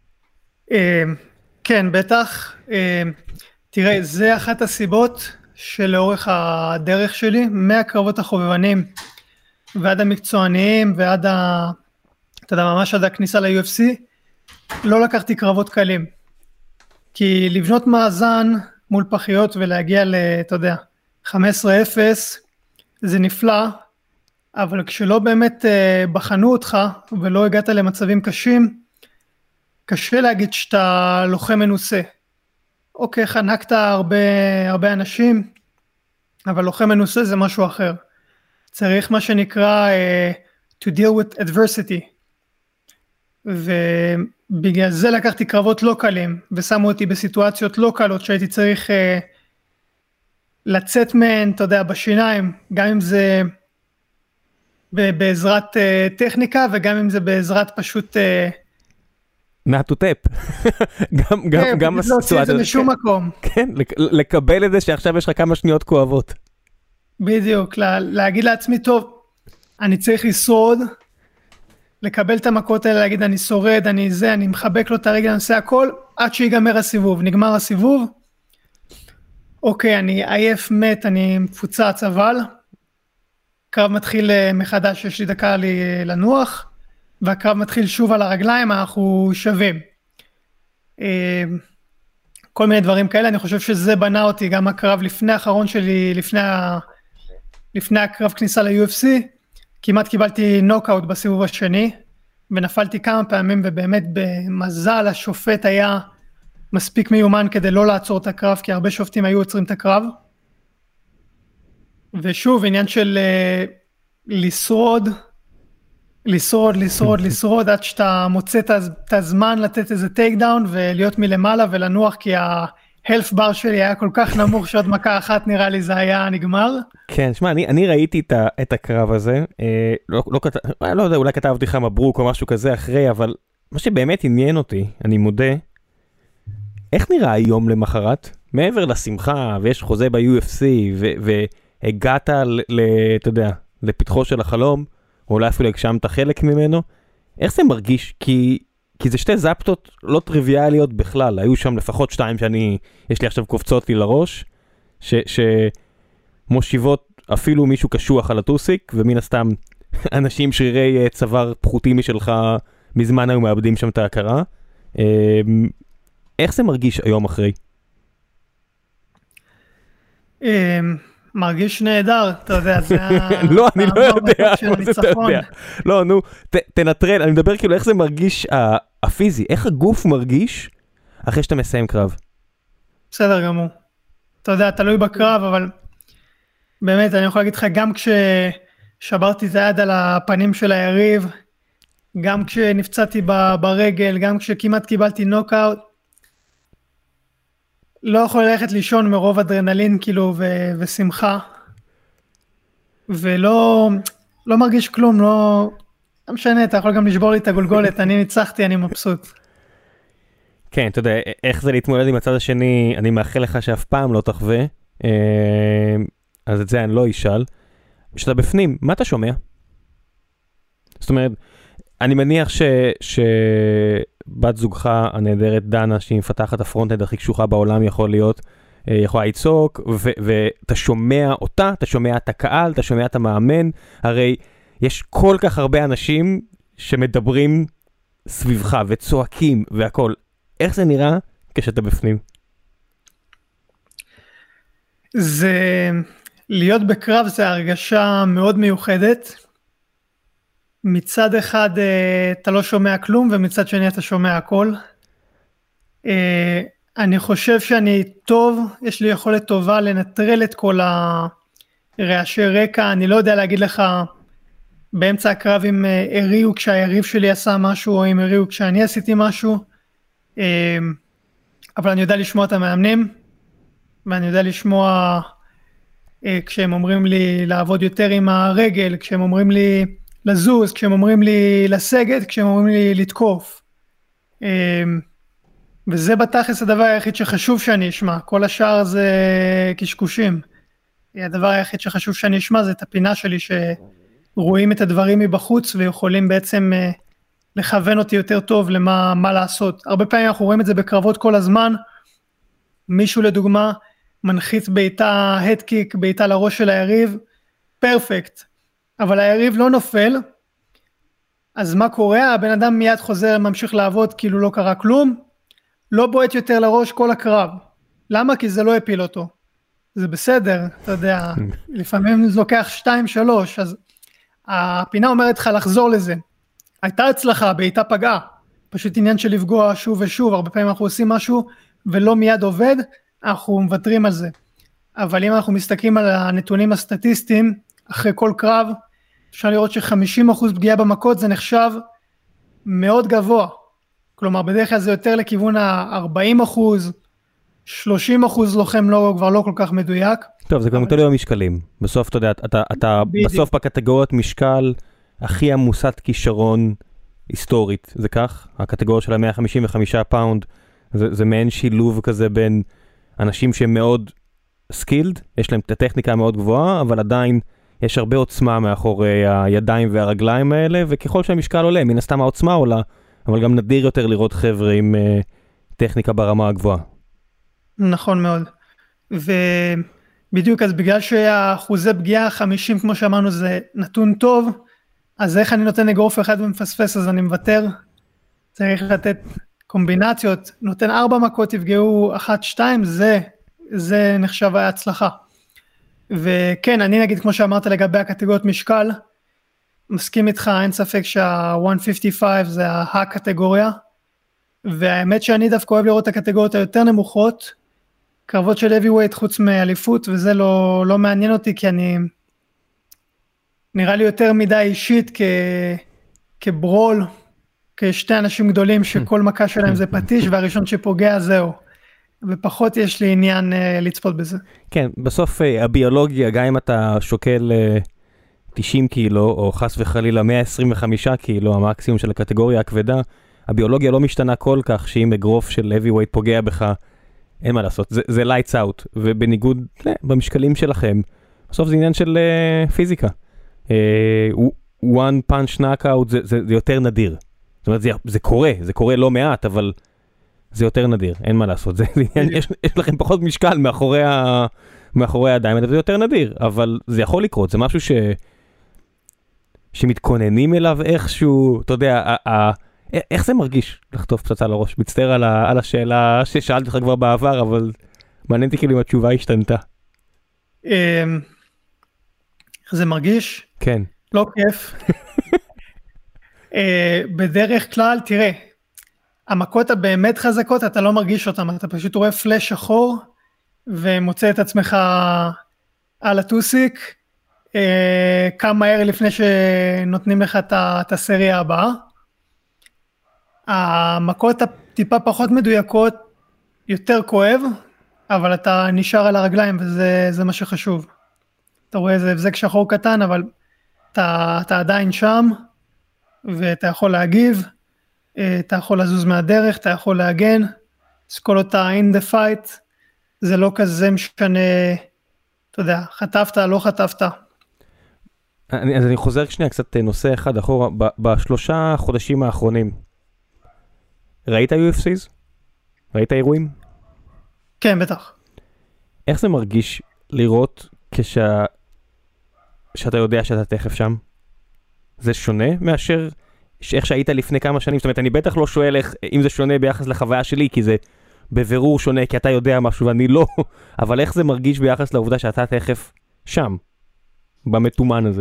כן, בטח. תראה, זה אחת הסיבות שלאורך הדרך שלי, מהקרבות החובבנים ועד המקצועניים ועד ה... אתה יודע, ממש עד הכניסה ל-יו אף סי, לא לקחתי קרבות קלים. כי לבנות מאזן מול פחיות ולהגיע ל, אתה יודע, חמש עשרה אפס, זה נפלא, אבל כשלא באמת בחנו אותך ולא הגעת למצבים קשים, קשה להגיד שאתה לוחם מנוסה. אוקיי, חנקת הרבה, הרבה אנשים, אבל לוחם מנוסה זה משהו אחר. צריך מה שנקרא uh, to deal with adversity. ובגלל זה לקחתי קרבות לא קלים, ושמו אותי בסיטואציות לא קלות שהייתי צריך uh, לצאת מהן, אתה יודע, בשיניים, גם אם זה בעזרת uh, טכניקה, וגם אם זה בעזרת פשוט... Uh, נעטוטפ. גם, גם, כן, גם הסיטואציה. להוציא את זה משום מקום. כן, לקבל את זה שעכשיו יש לך כמה שניות כואבות. בדיוק, לה, להגיד לעצמי, טוב, אני צריך לשרוד, לקבל את המכות האלה, להגיד אני שורד, אני זה, אני מחבק לו את הרגל, אני עושה הכל, עד שיגמר הסיבוב. נגמר הסיבוב, אוקיי, אני עייף, מת, אני מפוצץ, אבל קרב מתחיל מחדש, יש לי דקה לי לנוח, והקרב מתחיל שוב על הרגליים, אנחנו שווים. כל מיני דברים כאלה, אני חושב שזה בנה אותי, גם הקרב לפני האחרון שלי, לפני, ה... לפני הקרב כניסה ל-יו אף סי, כמעט קיבלתי נוקאוט בסיבוב השני, ונפלתי כמה פעמים, ובאמת במזל השופט היה מספיק מיומן כדי לא לעצור את הקרב, כי הרבה שופטים היו עוצרים את הקרב. ושוב, עניין של uh, לשרוד, לשרוד, לשרוד, לשרוד, עד שאתה מוצא את הזמן לתת איזה טייק דאון, ולהיות מלמעלה ולנוח, כי ההלף בר שלי היה כל כך נמוך, שעוד מכה אחת נראה לי זה היה נגמר. כן, שמע, אני, אני ראיתי את, ה, את הקרב הזה, אה, לא, לא, כת, לא יודע, אולי כתבתי לך מברוק או משהו כזה אחרי, אבל מה שבאמת עניין אותי, אני מודה, איך נראה היום למחרת? מעבר לשמחה, ויש חוזה ב-יו אף סי, והגעת, ל, ל, אתה יודע, לפתחו של החלום, או אולי אפילו הגשמת חלק ממנו, איך זה מרגיש? כי, כי זה שתי זפטות לא טריוויאליות בכלל, היו שם לפחות שתיים שאני, יש לי עכשיו קופצות לי לראש, ש, שמושיבות אפילו מישהו קשוח על הטוסיק, ומן הסתם אנשים שרירי צוואר פחותים משלך מזמן היו מאבדים שם את ההכרה. איך זה מרגיש היום אחרי? מרגיש נהדר, אתה יודע, זה לא, אני לא יודע, אתה יודע. לא, נו, תנטרל, אני מדבר כאילו איך זה מרגיש הפיזי, איך הגוף מרגיש אחרי שאתה מסיים קרב. בסדר גמור. אתה יודע, תלוי בקרב, אבל באמת, אני יכול להגיד לך, גם כששברתי את היד על הפנים של היריב, גם כשנפצעתי ברגל, גם כשכמעט קיבלתי נוקאוט, לא יכול ללכת לישון מרוב אדרנלין כאילו ו- ושמחה, ולא לא מרגיש כלום, לא, לא משנה, אתה יכול גם לשבור לי את הגולגולת, אני ניצחתי, אני מבסוט. כן, אתה יודע, איך זה להתמודד עם הצד השני, אני מאחל לך שאף פעם לא תחווה, אז את זה אני לא אשאל. כשאתה בפנים, מה אתה שומע? זאת אומרת, אני מניח ש... ש... בת זוגך הנהדרת דנה, שהיא מפתחת הפרונט-אנד הכי קשוחה בעולם יכול להיות, יכולה לצעוק, ואתה שומע אותה, אתה שומע את הקהל, אתה שומע את המאמן, הרי יש כל כך הרבה אנשים שמדברים סביבך וצועקים והכל. איך זה נראה כשאתה בפנים? זה, להיות בקרב זה הרגשה מאוד מיוחדת. מצד אחד אתה לא שומע כלום, ומצד שני אתה שומע הכל. אני חושב שאני טוב, יש לי יכולת טובה לנטרל את כל הרעשי רקע, אני לא יודע להגיד לך באמצע הקרב אם הריעו כשהיריב שלי עשה משהו, או אם הריעו כשאני עשיתי משהו, אבל אני יודע לשמוע את המאמנים, ואני יודע לשמוע כשהם אומרים לי לעבוד יותר עם הרגל, כשהם אומרים לי לזוז, כשהם אומרים לי לסגת, כשהם אומרים לי לתקוף. וזה בתכלס הדבר היחיד שחשוב שאני אשמע, כל השאר זה קשקושים. הדבר היחיד שחשוב שאני אשמע זה את הפינה שלי שרואים את הדברים מבחוץ ויכולים בעצם לכוון אותי יותר טוב למה מה לעשות. הרבה פעמים אנחנו רואים את זה בקרבות כל הזמן, מישהו לדוגמה מנחית בעיטה הדקיק, בעיטה לראש של היריב, פרפקט. אבל היריב לא נופל, אז מה קורה? הבן אדם מיד חוזר, ממשיך לעבוד, כאילו לא קרה כלום, לא בועט יותר לראש כל הקרב. למה? כי זה לא הפיל אותו. זה בסדר, אתה יודע, לפעמים זה לוקח שתיים, שלוש, אז הפינה אומרת לך לחזור לזה. הייתה הצלחה, בעיטה פגעה, פשוט עניין של לפגוע שוב ושוב, הרבה פעמים אנחנו עושים משהו ולא מיד עובד, אנחנו מוותרים על זה. אבל אם אנחנו מסתכלים על הנתונים הסטטיסטיים, אחרי כל קרב, אפשר לראות ש-חמישים אחוז פגיעה במכות זה נחשב מאוד גבוה. כלומר, בדרך כלל זה יותר לכיוון ה-ארבעים אחוז, שלושים אחוז לוחם לא, כבר לא כל כך מדויק. טוב, זה גם תלוי במשקלים. בסוף, אתה יודע, אתה, אתה בסוף בקטגוריית משקל הכי עמוסת כישרון היסטורית, זה כך? הקטגוריה של ה-מאה חמישים וחמישה פאונד, זה, זה מעין שילוב כזה בין אנשים שהם מאוד סקילד, יש להם את הטכניקה מאוד גבוהה, אבל עדיין יש הרבה עוצמה מאחורי הידיים והרגליים האלה, וככל שהמשקל עולה, מן הסתם העוצמה עולה, אבל גם נדיר יותר לראות חבר'ה עם uh, טכניקה ברמה הגבוהה. נכון מאוד. ובדיוק אז בגלל שהאחוזי פגיעה חמישים, כמו שאמרנו, זה נתון טוב, אז איך אני נותן אגרוף אחד ומפספס, אז אני מוותר. צריך לתת קומבינציות, נותן ארבע מכות, יפגעו אחת, שתיים, זה, זה נחשב ההצלחה. וכן, אני נגיד, כמו שאמרת לגבי הקטגוריות משקל, מסכים איתך, אין ספק שה-מאה חמישים וחמש זה הקטגוריה, והאמת שאני דווקא אוהב לראות את הקטגוריות היותר נמוכות, קרבות של heavyweight חוץ מאליפות, וזה לא, לא מעניין אותי, כי אני נראה לי יותר מדי אישית כ, כברול, כשתי אנשים גדולים שכל מכה שלהם זה פטיש, והראשון שפוגע זהו. ופחות יש לי עניין uh, לצפות בזה. כן, בסוף uh, הביולוגיה, גם אם אתה שוקל uh, תשעים קילו, או חס וחלילה מאה עשרים וחמישה קילו, המקסימום של הקטגוריה הכבדה, הביולוגיה לא משתנה כל כך, שאם אגרוף של heavyweight פוגע בך, אין מה לעשות, זה, זה lights out, ובניגוד לא, במשקלים שלכם, בסוף זה עניין של uh, פיזיקה. Uh, one punch knockout זה, זה, זה יותר נדיר. זאת אומרת, זה, זה קורה, זה קורה לא מעט, אבל זה יותר נדיר, אין מה לעשות. זה, זה, יש, יש לכם פחות משקל מאחורי, ה, מאחורי הידיים, זה יותר נדיר, אבל זה יכול לקרות, זה משהו ש, שמתכוננים אליו איכשהו, אתה יודע, ה, ה, איך זה מרגיש לחטוף פצצה לראש? מצטער על, ה, על השאלה ששאלתי לך כבר בעבר, אבל מעניין אותי כאילו אם התשובה השתנתה. איך זה מרגיש? כן. לא כיף. בדרך כלל, תראה, המכות הבאמת חזקות, אתה לא מרגיש אותם, אתה פשוט רואה פלש שחור, ומוצא את עצמך על הטוסיק, כמה מהר לפני שנותנים לך את הסריה הבאה. המכות הטיפה פחות מדויקות, יותר כואב, אבל אתה נשאר על הרגליים, וזה זה מה שחשוב. אתה רואה איזה הבזק שחור קטן, אבל אתה, אתה עדיין שם, ואתה יכול להגיב, אתה יכול לזוז מהדרך, אתה יכול להגן, אז כל אותה in the fight, זה לא כזה משנה, אתה יודע, חטפת, לא חטפת. אני, אז אני חוזר שנייה קצת נושא אחד אחורה, ב, בשלושה חודשים האחרונים, ראית יו אף סיז? ראית אירועים? כן, בטח. איך זה מרגיש לראות כשה... שאתה יודע שאתה תכף שם? זה שונה מאשר איך שהיית לפני כמה שנים? זאת אומרת, אני בטח לא שואל איך, אם זה שונה ביחס לחוויה שלי, כי זה בבירור שונה, כי אתה יודע משהו ואני לא, אבל איך זה מרגיש ביחס לעובדה שאתה תכף שם, במתומן הזה?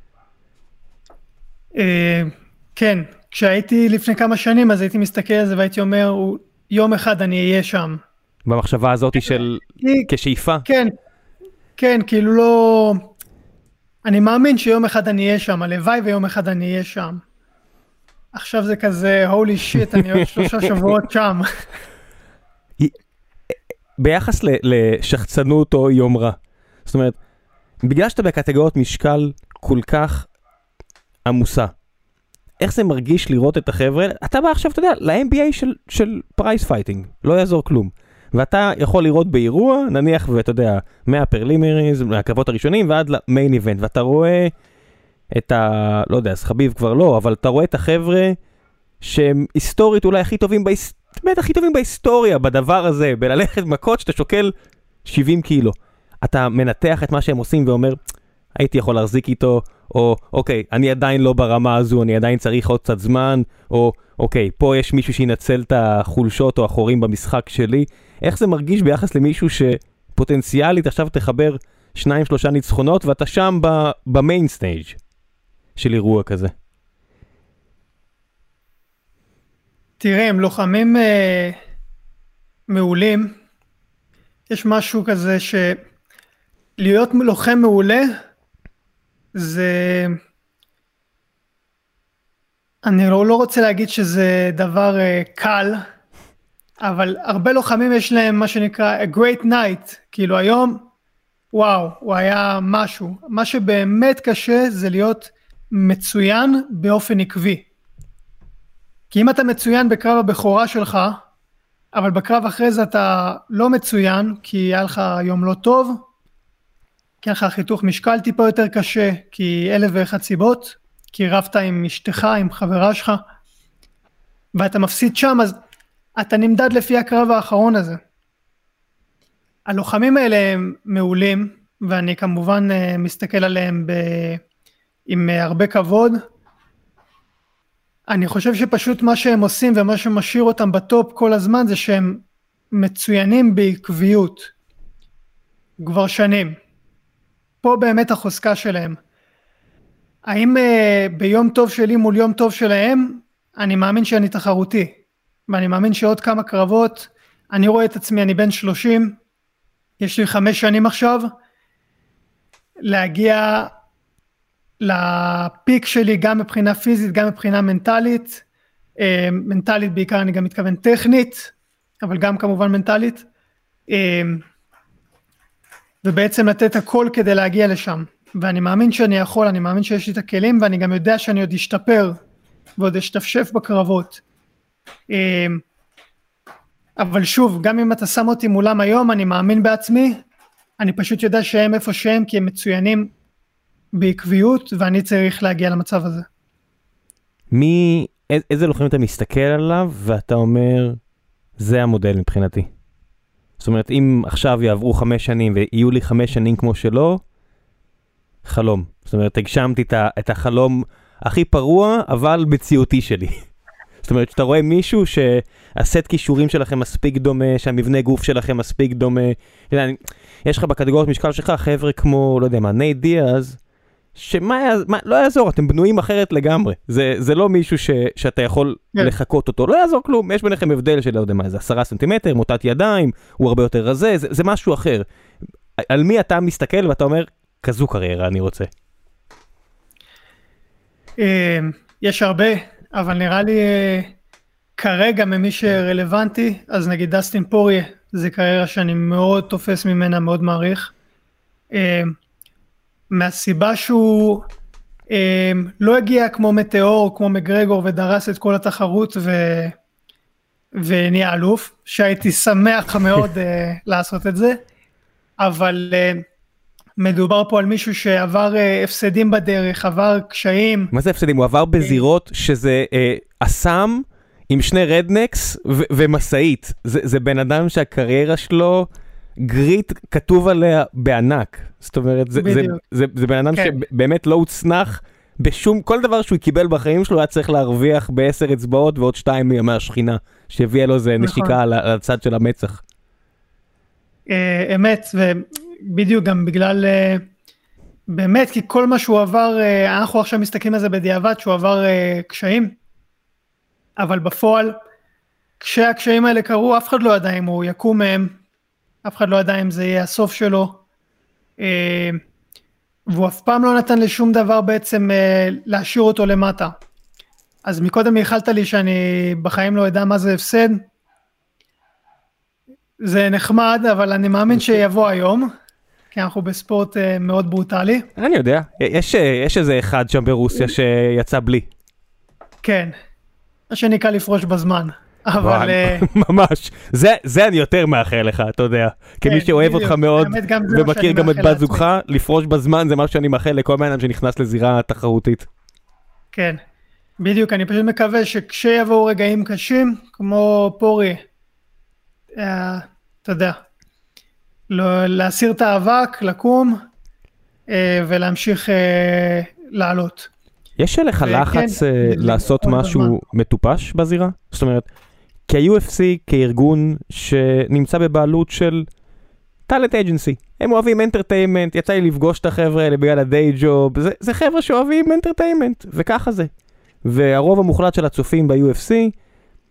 כן, כשהייתי לפני כמה שנים, אז הייתי מסתכל על זה והייתי אומר, יום אחד אני אהיה שם. במחשבה הזאת של כשאיפה? כן, כן, כאילו לא... אני מאמין שיום אחד אני אהיה שם, הלוואי ויום אחד אני אהיה שם. עכשיו זה כזה, holy shit, אני עוד שלושה שבועות שם. ביחס לשחצנות או יומרה, זאת אומרת, בגלל שאתה בקטגוריות משקל כל כך עמוסה, איך זה מרגיש לראות את החבר'ה? אתה בא עכשיו, אתה יודע, ל-אם בי איי של, של פרייס פייטינג, לא יעזור כלום. ואתה יכול לראות באירוע, נניח, ואתה יודע, מהפרלימריז, מהקרבות הראשונים, ועד למיין איבנט, ואתה רואה את ה... לא יודע, אז חביב כבר לא, אבל אתה רואה את החבר'ה שהם היסטורית אולי הכי טובים, בהיס... באמת הכי טובים בהיסטוריה, בדבר הזה, בללכת מכות שאתה שוקל שבעים קילו. אתה מנתח את מה שהם עושים ואומר, הייתי יכול להחזיק איתו, או אוקיי, אני עדיין לא ברמה הזו, אני עדיין צריך עוד קצת זמן, או אוקיי, פה יש מישהו שינצל את החולשות או החורים במשחק שלי. איך זה מרגיש ביחס למישהו שפוטנציאלית עכשיו תחבר שניים שלושה ניצחונות, ואתה שם במיין סטייג' של אירוע כזה? תראה, הם לוחמים אה, מעולים. יש משהו כזה שלהיות לוחם מעולה זה... אני לא, לא רוצה להגיד שזה דבר uh, קל, אבל הרבה לוחמים יש להם מה שנקרא a great night, כאילו היום, וואו, הוא היה משהו. מה שבאמת קשה זה להיות מצוין באופן עקבי. כי אם אתה מצוין בקרב הבכורה שלך, אבל בקרב אחרי זה אתה לא מצוין, כי היה לך יום לא טוב, כי היה לך חיתוך משקל טיפה יותר קשה, כי אלף ואחת סיבות, כי רבת עם אשתך, עם חברה שלך, ואתה מפסיד שם, אז אתה נמדד לפי הקרב האחרון הזה. הלוחמים האלה הם מעולים, ואני כמובן מסתכל עליהם ב... עם הרבה כבוד. אני חושב שפשוט מה שהם עושים ומה שמשאיר אותם בטופ כל הזמן, זה שהם מצוינים בעקביות. כבר שנים. פה באמת החוזקה שלהם. האם uh, ביום טוב שלי מול יום טוב שלהם, אני מאמין שאני תחרותי, ואני מאמין שעוד כמה קרבות, אני רואה את עצמי, אני בן שלושים, יש לי חמש שנים עכשיו, להגיע לפיק שלי גם מבחינה פיזית, גם מבחינה מנטלית, uh, מנטלית בעיקר אני גם מתכוון טכנית, אבל גם כמובן מנטלית, uh, ובעצם לתת הכל כדי להגיע לשם. ואני מאמין שאני יכול, אני מאמין שיש לי את הכלים, ואני גם יודע שאני עוד אשתפר, ועוד אשתפשף בקרבות. אבל שוב, גם אם אתה שם אותי מולם היום, אני מאמין בעצמי, אני פשוט יודע שהם איפה שהם, כי הם מצוינים בעקביות, ואני צריך להגיע למצב הזה. מי, איזה לוחם אתה מסתכל עליו, ואתה אומר, זה המודל מבחינתי? זאת אומרת, אם עכשיו יעברו חמש שנים, ויהיו לי חמש שנים כמו שלו, חלום. זאת אומרת, הגשמתי את החלום הכי פרוע, אבל מציאותי שלי. זאת אומרת, שאתה רואה מישהו שהסט כישורים שלכם מספיק דומה, שהמבנה גוף שלכם מספיק דומה. יש לך בקטגוריות משקל שלך חבר'ה כמו, לא יודע מה, נייט דיאז, שמה מה, לא יעזור, אתם בנויים אחרת לגמרי. זה, זה לא מישהו ש, שאתה יכול yeah. לחכות אותו. לא יעזור כלום. יש ביניכם הבדל של, לא יודע מה, זה עשרה סנטימטר, מוטת ידיים, הוא הרבה יותר רזה, זה, זה משהו אחר. על מי אתה מסתכל ואתה אומר, כזו קריירה אני רוצה? יש הרבה, אבל נראה לי כרגע ממי שרלוונטי, אז נגיד דסטין פוריה, זה קריירה שאני מאוד תופס ממנה, מאוד מעריך. מהסיבה שהוא לא הגיע כמו מטאור, כמו מגרגור, ודרס את כל התחרות ו... ונהיה אלוף, שהייתי שמח מאוד לעשות את זה, אבל... מדובר פה על מישהו שעבר uh, הפסדים בדרך, עבר קשיים. מה זה הפסדים? הוא עבר בזירות שזה uh, אסם עם שני רדנקס ו- ומסעית. זה, זה בן אדם שהקריירה שלו גריט כתוב עליה בענק. זאת אומרת, זה, זה, זה, זה בן אדם כן. שבאמת לא הוצנח בשום, כל דבר שהוא קיבל בחיים שלו היה צריך להרוויח בעשר אצבעות ועוד שתיים מהשכינה, שהביאה לו איזה נכון. נשיקה על הצד של המצח. Uh, אמת, ו... בדיוק גם בגלל, באמת, כי כל מה שהוא עבר, אנחנו עכשיו מסתכלים על זה בדיעבד, שהוא עבר קשיים, אבל בפועל, כשהקשיים האלה קרו, אף אחד לא ידע אם הוא יקום מהם, אף אחד לא ידע אם זה יהיה הסוף שלו, והוא אף פעם לא נתן לשום דבר בעצם להשאיר אותו למטה. אז מקודם ייחלת לי שאני בחיים לא יודע מה זה הפסד, זה נחמד, אבל אני מאמין שיבוא היום, כי אנחנו בספורט מאוד ברוטלי. אני יודע, יש, יש איזה אחד שם ברוסיה שיצא בלי. כן, מה שנקרא לפרוש בזמן, אבל... ממש, זה, זה אני יותר מאחל לך, אתה יודע. כמי שאוהב אותך מאוד, ומכיר גם את בת זוגך, לפרוש בזמן זה מה שאני מאחל לכל מיינם שנכנס לזירה תחרותית. כן, בדיוק, אני פשוט מקווה שכשיבואו רגעים קשים, כמו פורי, אתה יודע, להסיר את האבק, לקום, ולהמשיך לעלות. יש לך לחץ לעשות משהו מטופש בזירה? זאת אומרת, כ-יו אף סי, כארגון שנמצא בבעלות של טאלנט אג'נסי, הם אוהבים אנטרטיימנט, יצא לי לפגוש את החבר'ה האלה בגלל הדיי ג'וב, זה, זה חבר'ה שאוהבים אנטרטיימנט, וככה זה. והרוב המוחלט של הצופים ב-יו אף סי,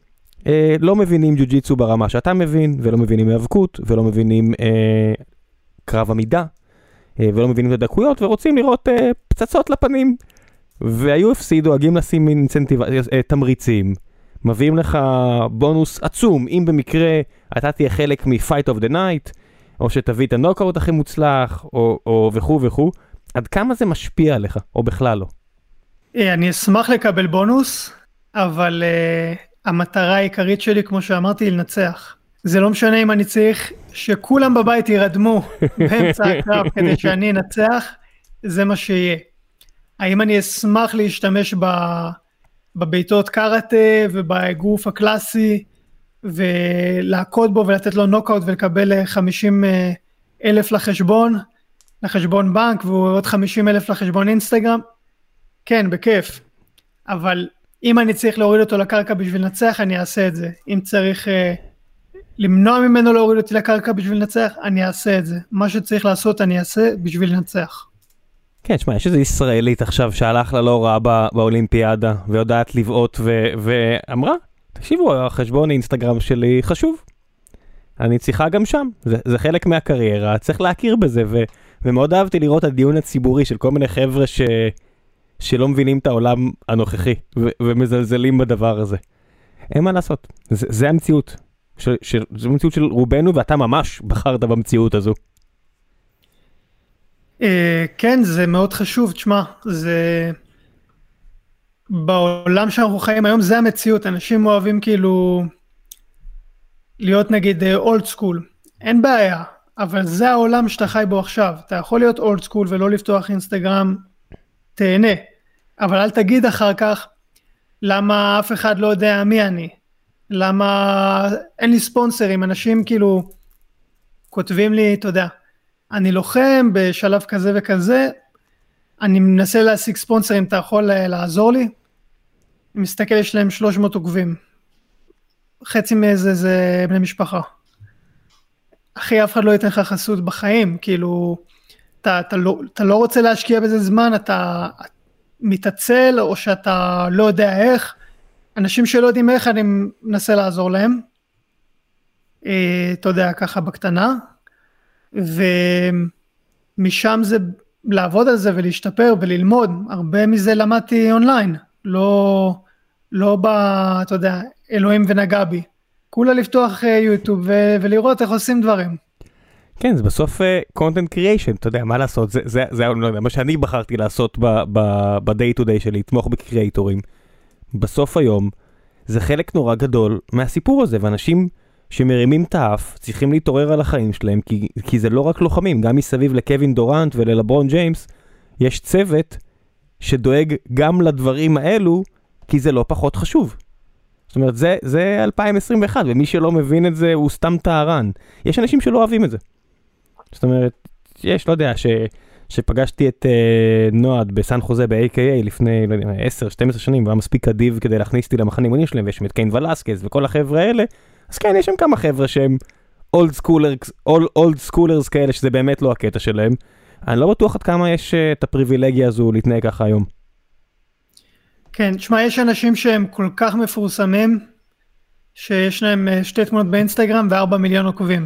אה, לא מבינים ג'ו-ג'יצו ברמה שאתה מבין, ולא מבינים מאבקות, ולא מבינים אה, קרב עמידה, אה, ולא מבינים את הדקויות, ורוצים לראות אה, פצצות לפנים. וה-יו אף סי דואגים לשים אינסנטיב, אה, תמריצים, מביאים לך בונוס עצום, אם במקרה אתה תהיה חלק מ-Fight of the Night, או שתביא את הנוקאוט הכי מוצלח, או, או וכו' וכו'. עד כמה זה משפיע עליך, או בכלל לא? אני אשמח לקבל בונוס, אבל uh, המטרה העיקרית שלי, כמו שאמרתי, היא לנצח. זה לא משנה אם אני צריך שכולם בבית ירדמו באמצע הקרב כדי שאני אנצח, זה מה שיהיה. האם אני אשמח להשתמש ב... בביתות קראטה ובגוף הקלאסי, ולעקוד בו ולתת לו נוקאוט ולקבל חמישים אלף לחשבון, לחשבון בנק, ועוד חמישים אלף לחשבון אינסטגרם? כן, בכיף. אבל אם אני צריך להוריד אותו לקרקע בשביל לנצח, אני אעשה את זה. אם צריך אה, למנוע ממנו להוריד אותי לקרקע בשביל לנצח, אני אעשה את זה. מה שצריך לעשות אני אעשה בשביל לנצח. כן, שמה, יש איזו ישראלית עכשיו שהלך לה לא רע בא, באולימפיאדה, ויודעת לבעוט ו- ואמרה, תקשיבו, החשבון האינסטגרם שלי חשוב. אני צריכה גם שם, זה, זה חלק מהקריירה, צריך להכיר בזה, ו- ומאוד אהבתי לראות הדיון הציבורי של כל מיני חבר'ה ש- שלא מבינים את העולם הנוכחי, ו- ומזלזלים בדבר הזה. אין מה לעשות, זה, זה המציאות, ש- ש- זו המציאות של רובנו, ואתה ממש בחרת במציאות הזו. כן, זה מאוד חשוב, תשמע, זה בעולם שאנחנו חיים היום, זה המציאות, אנשים אוהבים כאילו להיות נגיד אולד סקול, אין בעיה, אבל זה העולם שאתה חי בו עכשיו, אתה יכול להיות אולד סקול ולא לפתוח אינסטגרם, תהנה, אבל אל תגיד אחר כך, למה אף אחד לא יודע מי אני, למה אין לי ספונסרים, אנשים כאילו כותבים לי, אתה יודע, אני לוחם בשלב כזה וכזה, אני מנסה להשיג ספונסרים, אתה יכול לעזור לי? אני מסתכל, יש להם שלוש מאות עוקבים. חצי מזה זה בני משפחה. אחי, אף אחד לא ייתן לך חסות בחיים, כאילו, אתה, אתה, לא, אתה לא רוצה להשקיע בזה זמן, אתה מתעצל, או שאתה לא יודע איך. אנשים שלא יודעים איך, אני מנסה לעזור להם. אתה יודע, ככה בקטנה. ומשם זה לעבוד על זה ולהשתפר וללמוד. הרבה מזה למדתי אונליין, לא, לא ב, אתה יודע, אלוהים ונגע בי. כולה לפתוח יוטיוב ו- ולראות איך עושים דברים. כן, זה בסוף uh, content creation, אתה יודע, מה לעשות, זה, זה, זה לא יודע, מה שאני בחרתי לעשות ב-day to day שלי, לתמוך בקריאטורים. בסוף היום, זה חלק נורא גדול מהסיפור הזה, ואנשים שמרימים את האף, צריכים להתעורר על החיים שלהם, כי, כי זה לא רק לוחמים, גם מסביב לקווין דורנט וללברון ג'יימס, יש צוות שדואג גם לדברים האלו, כי זה לא פחות חשוב. זאת אומרת, זה, זה אלפיים עשרים ואחת, ומי שלא מבין את זה, הוא סתם טהרן. יש אנשים שלא אוהבים את זה. זאת אומרת, יש, לא יודע, ש, שפגשתי את uh, נועד בסן חוזה ב-איי קיי איי לפני, לא יודע, עשר שתים עשרה שנים, והיה מספיק אדיב כדי להכניס אותי למחנה אימונים שלהם, ויש שם את קיין ולסקז וכל החבר'ה האלה, אז כן, יש שם כמה חבר'ה שהם אולד סקולרס, אולד סקולרס כאלה, שזה באמת לא הקטע שלהם. אני לא בטוח עד כמה יש uh, את הפריבילגיה הזו להתנהג ככה היום. כן, תשמע, יש אנשים שהם כל כך מפורסמים, שיש להם שתי תמונות באינסטגרם וארבע מיליון עוקבים.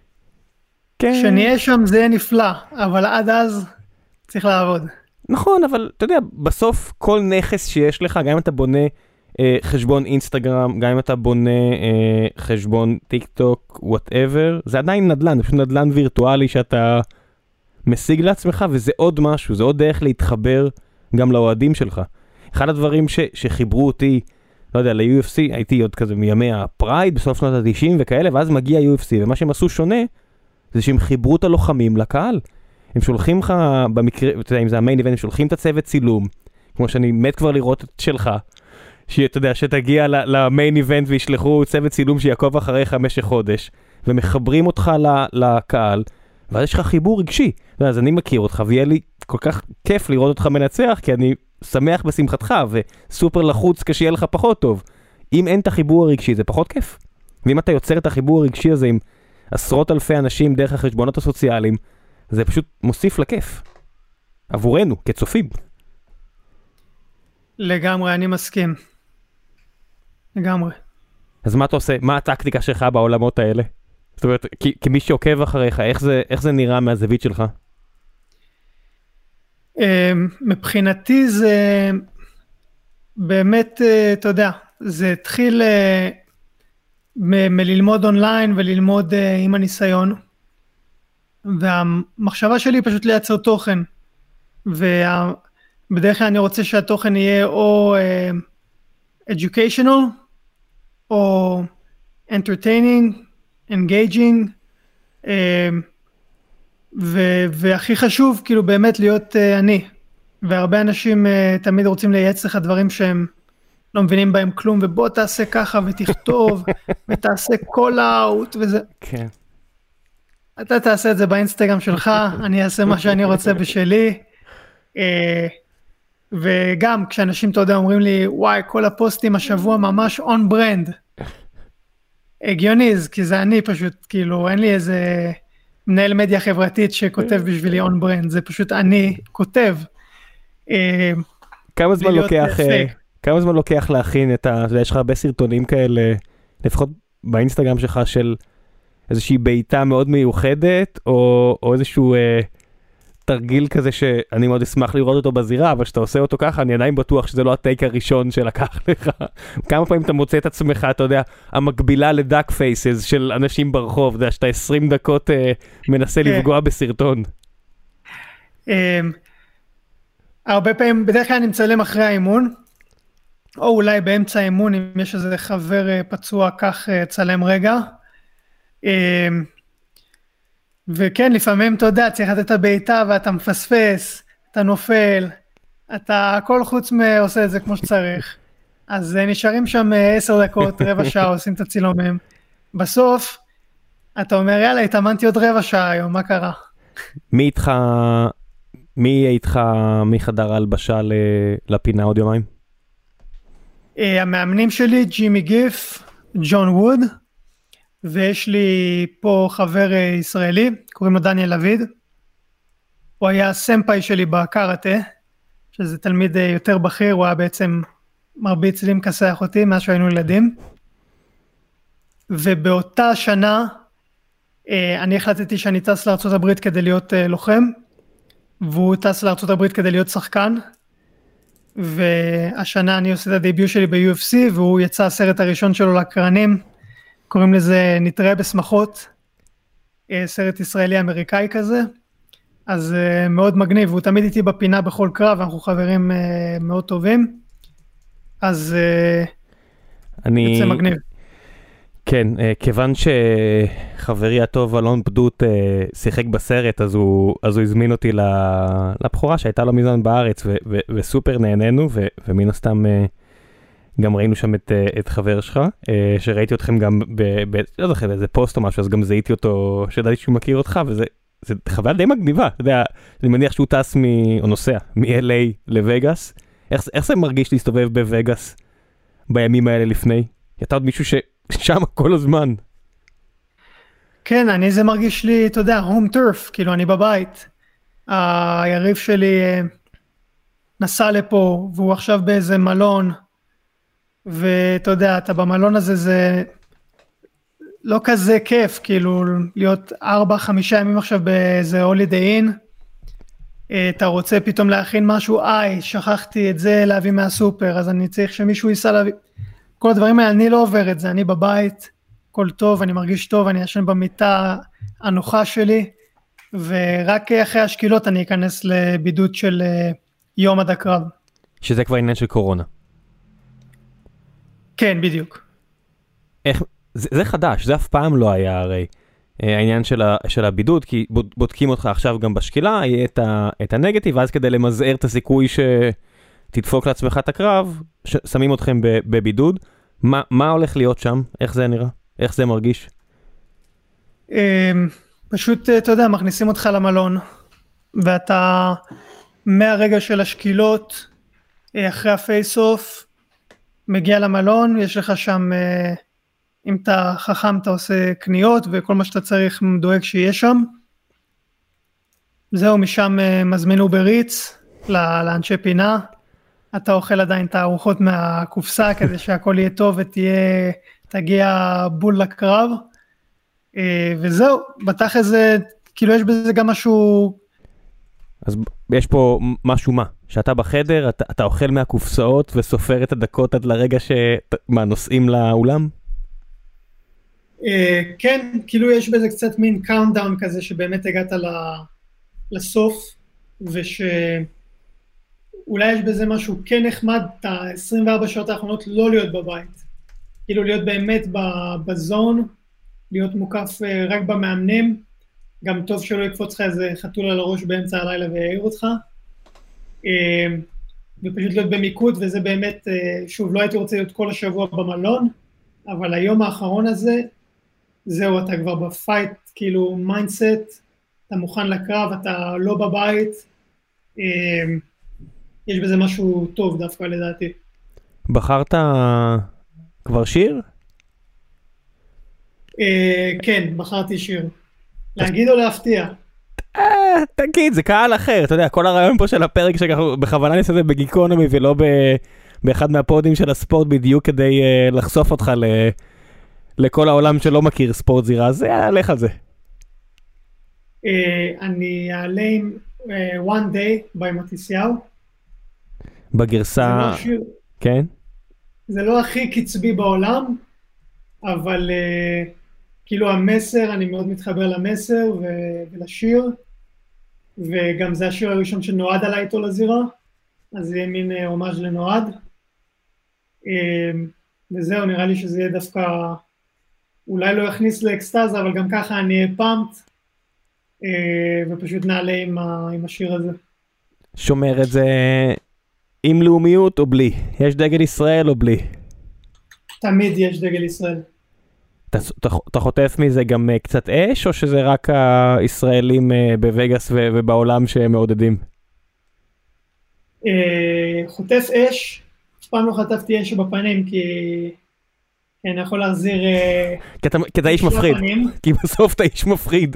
כן. כשנהיה שם זה יהיה נפלא, אבל עד אז צריך לעבוד. נכון, אבל אתה יודע, בסוף כל נכס שיש לך, גם אם אתה בונה אה, חשבון אינסטגרם, גם אם אתה בונה אה, חשבון טיק טוק, whatever, זה עדיין נדל"ן, זה פשוט נדל"ן וירטואלי שאתה משיג לעצמך, וזה עוד משהו, זה עוד דרך להתחבר גם לאוהדים שלך. אחד הדברים ש, שחיברו אותי, לא יודע, ל-יו אף סי, הייתי עוד כזה מימי הפרייד, בסוף שנות ה-תשעים וכאלה, ואז מגיע יו אף סי, ומה שהם עשו שונה, זה שהם חיברו את הלוחמים לקהל. הם שולחים לך, במקרה, אתה יודע, אם זה המיין איבנט, הם שולחים את הצוות צילום, כמו שאני מת כבר לראות את שלך, שאתה יודע, שתגיע למיין איבנט וישלחו צוות צילום שיעקוב אחריך במשך חודש, ומחברים אותך לקהל, ואז יש לך חיבור רגשי. אז אני מכיר אותך, ויהיה לי כל כך כיף לראות אותך מנצח, כי אני שמח בשמחתך, וסופר לחוץ כשיהיה לך פחות טוב. אם אין את החיבור הרגשי, זה פחות כיף. ואם אתה יוצר את החיבור הרגשי הזה עם עשרות אלפי אנשים דרך החשבונות הסוציאליים, זה פשוט מוסיף לכיף. עבורנו, כצופים. לגמרי, אני מסכים. לגמרי. אז מה אתה עושה? מה הטקטיקה שלך בעולמות האלה? זאת אומרת, כמי שעוקב אחריך, איך זה, איך זה נראה מהזווית שלך? מבחינתי זה באמת, אתה יודע, זה התחיל מ- מללמוד אונליין וללמוד עם הניסיון, והמחשבה שלי פשוט לייצר תוכן, ובדרך כלל אני רוצה שהתוכן יהיה או educational, או entertaining, engaging, ו- והכי חשוב כאילו באמת להיות uh, אני, והרבה אנשים uh, תמיד רוצים לייעץ לך דברים שהם לא מבינים בהם כלום, ובוא תעשה ככה ותכתוב ותעשה call out וזה. כן. אתה תעשה את זה באינסטגרם שלך, אני אעשה מה שאני רוצה בשלי, uh, וגם כשאנשים אתה יודע אומרים לי וואי כל הפוסטים השבוע ממש on brand, הגיוני, כי זה אני פשוט כאילו אין לי איזה מנהל מדיה חברתית שכותב בשבילי on brand, זה פשוט אני כותב. כמה זמן לוקח, כמה זמן לוקח להכין את ה... יש לך הרבה סרטונים כאלה, לפחות באינסטגרם שלך, של איזושהי בעיטה מאוד מיוחדת, או, או איזשהו אה, תרגיל כזה שאני מאוד אשמח לראות אותו בזירה, אבל שאתה עושה אותו ככה, אני עדיין בטוח שזה לא הטייק הראשון שלקח לך. כמה פעמים אתה מוצא את עצמך, אתה יודע, המקבילה לדאק פייסס של אנשים ברחוב, אתה יודע, שאתה עשרים דקות אה, מנסה לפגוע בסרטון. הרבה פעמים, בדרך כלל אני מצלם אחרי האימון, או אולי באמצע האימון, אם יש איזה חבר פצוע, כך צלם רגע. וכן, לפעמים אתה יודע, צריך לתת את הבעיטה ואתה מפספס, אתה נופל, אתה הכל חוץ מעושה את זה כמו שצריך. אז נשארים שם עשר דקות, רבע שעה, עושים את הצילומים. בסוף, אתה אומר, יאללה, התאמנתי עוד רבע שעה היום, מה קרה? מי איתך, מי איתך מחדר ההלבשה לפינה עוד יומיים? המאמנים שלי, ג'ימי גיף, ג'ון ווד, ויש לי פה חבר ישראלי, קוראים לו דניאל לויד. הוא היה סמפאי שלי בקראטה, שזה תלמיד יותר בכיר, הוא היה בעצם מרביץ לי מכסח אותי מאז שהיינו ילדים. ובאותה שנה, אני החלטתי שאני טס לארצות הברית כדי להיות לוחם, והוא טס לארצות הברית כדי להיות שחקן, והשנה אני עושה את הדיביוט שלי ב-יו אף סי, והוא יצא הסרט הראשון שלו לקרנים, קוראים לזה נתראה בשמחות, סרט ישראלי אמריקאי כזה, אז מאוד מגניב, הוא תמיד איתי בפינה בכל קרב, אנחנו חברים מאוד טובים, אז אני... יוצא מגניב. כן, כיוון שחברי הטוב אלון פדות שיחק בסרט, אז הוא, אז הוא הזמין אותי לבחורה שהייתה לו מזמן בארץ, ו, ו, וסופר נהנינו, ו, ומן הסתם גם ראינו שם את, את חבר שלך, שראיתי אתכם גם ב, ב, לא זוכר, באיזה פוסט או משהו, אז גם זיהיתי אותו, שידעתי שהוא מכיר אותך, וזה זה חוויה די מגניבה, אתה יודע, אני מניח שהוא טס מ, או נוסע מ-אל איי לווגאס, איך, איך זה מרגיש להסתובב בווגאס בימים האלה לפני? אתה עוד מישהו ש... שם כל הזמן. כן, אני זה מרגיש לי, אתה יודע, home turf, כאילו אני בבית. היריב שלי נסע לפה, והוא עכשיו באיזה מלון, ואתה יודע, אתה במלון הזה, זה לא כזה כיף, כאילו להיות ארבע, חמישה ימים עכשיו באיזה holiday inn, אתה רוצה פתאום להכין משהו, איי, שכחתי את זה להביא מהסופר, אז אני צריך שמישהו ייסע להביא... כל הדברים האלה, אני לא עובר את זה, אני בבית, הכל טוב, אני מרגיש טוב, אני ישן במיטה הנוחה שלי, ורק אחרי השקילות אני אכנס לבידוד של יום עד הקרב. שזה כבר עניין של קורונה. כן, בדיוק. איך, זה, זה חדש, זה אף פעם לא היה הרי, העניין של, ה, של הבידוד, כי בודקים אותך עכשיו גם בשקילה, יהיה את, ה, את הנגטיב, ואז כדי למזער את הסיכוי ש... תדפוק לעצמך את הקרב, שמים אתכם בבידוד, מה, מה הולך להיות שם? איך זה נראה? איך זה מרגיש? פשוט, אתה יודע, מכניסים אותך למלון, ואתה מהרגע של השקילות, אחרי הפייס-אוף, מגיע למלון, יש לך שם, אם אתה חכם, אתה עושה קניות, וכל מה שאתה צריך דואג שיהיה שם. זהו, משם מזמינו בריץ, לאנשי פינה, אתה אוכל עדיין את הארוחות מהקופסה, כדי שהכל יהיה טוב ותהיה תגיע בול לקרב, וזהו, בתח הזה, כאילו יש בזה גם משהו... אז יש פה משהו מה? שאתה בחדר, אתה, אתה אוכל מהקופסאות וסופר את הדקות עד לרגע שמה, נוסעים לאולם? כן, כאילו יש בזה קצת מין קאונטדאון כזה שבאמת הגעת לסוף, ושאולי יש בזה משהו כן נחמד, את ה-עשרים וארבע שעות האחרונות לא להיות בבית, כאילו להיות באמת בזון, להיות מוקף רק במאמנים, גם טוב שלא יקפוץ לך איזה חתול על הראש באמצע הלילה ויעיר אותך, ופשוט להיות במיקוד, וזה באמת, שוב, לא הייתי רוצה להיות כל השבוע במלון, אבל היום האחרון הזה, זהו, אתה כבר בפייט, כאילו מיינדסט, אתה מוכן לקרב, אתה לא בבית, יש בזה משהו טוב דווקא לדעתי. בחרת כבר שיר? כן, בחרתי שיר. להגיד או להפתיע? תגיד, זה קהל אחר, אתה יודע, כל הרעיון פה של הפרק שאנחנו בכוונה נעשה את זה בגיקונומי ולא באחד מהפודים של הספורט בדיוק כדי לחשוף אותך לכל העולם שלא מכיר ספורט זירה, אז יעלך על זה. אני אעלה עם One Day by מתיסיהו. בגרסה... כן? זה לא הכי קצבי בעולם, אבל כאילו המסר, אני מאוד מתחבר למסר ולשיר, וגם זה השיר הראשון שנועד עליי איתו לזירה, אז זה יהיה מין הומאז' לנועד. וזהו, נראה לי שזה יהיה דווקא, אולי לא יכניס לאקסטאזה, אבל גם ככה אני אהיה פאמפט, ופשוט נעלה עם, ה, עם השיר הזה. שומר את זה עם לאומיות או בלי? יש דגל ישראל או בלי? תמיד יש דגל ישראל. אתה, אתה, אתה חוטף מזה גם קצת אש, או שזה רק הישראלים בווגאס ובעולם שמעודדים? חוטף אש, אף פעם לא חטפתי אש בפנים, כי אני יכול להחזיר... כי אתה, כי אתה איש מפחיד, כי בסוף אתה איש מפחיד.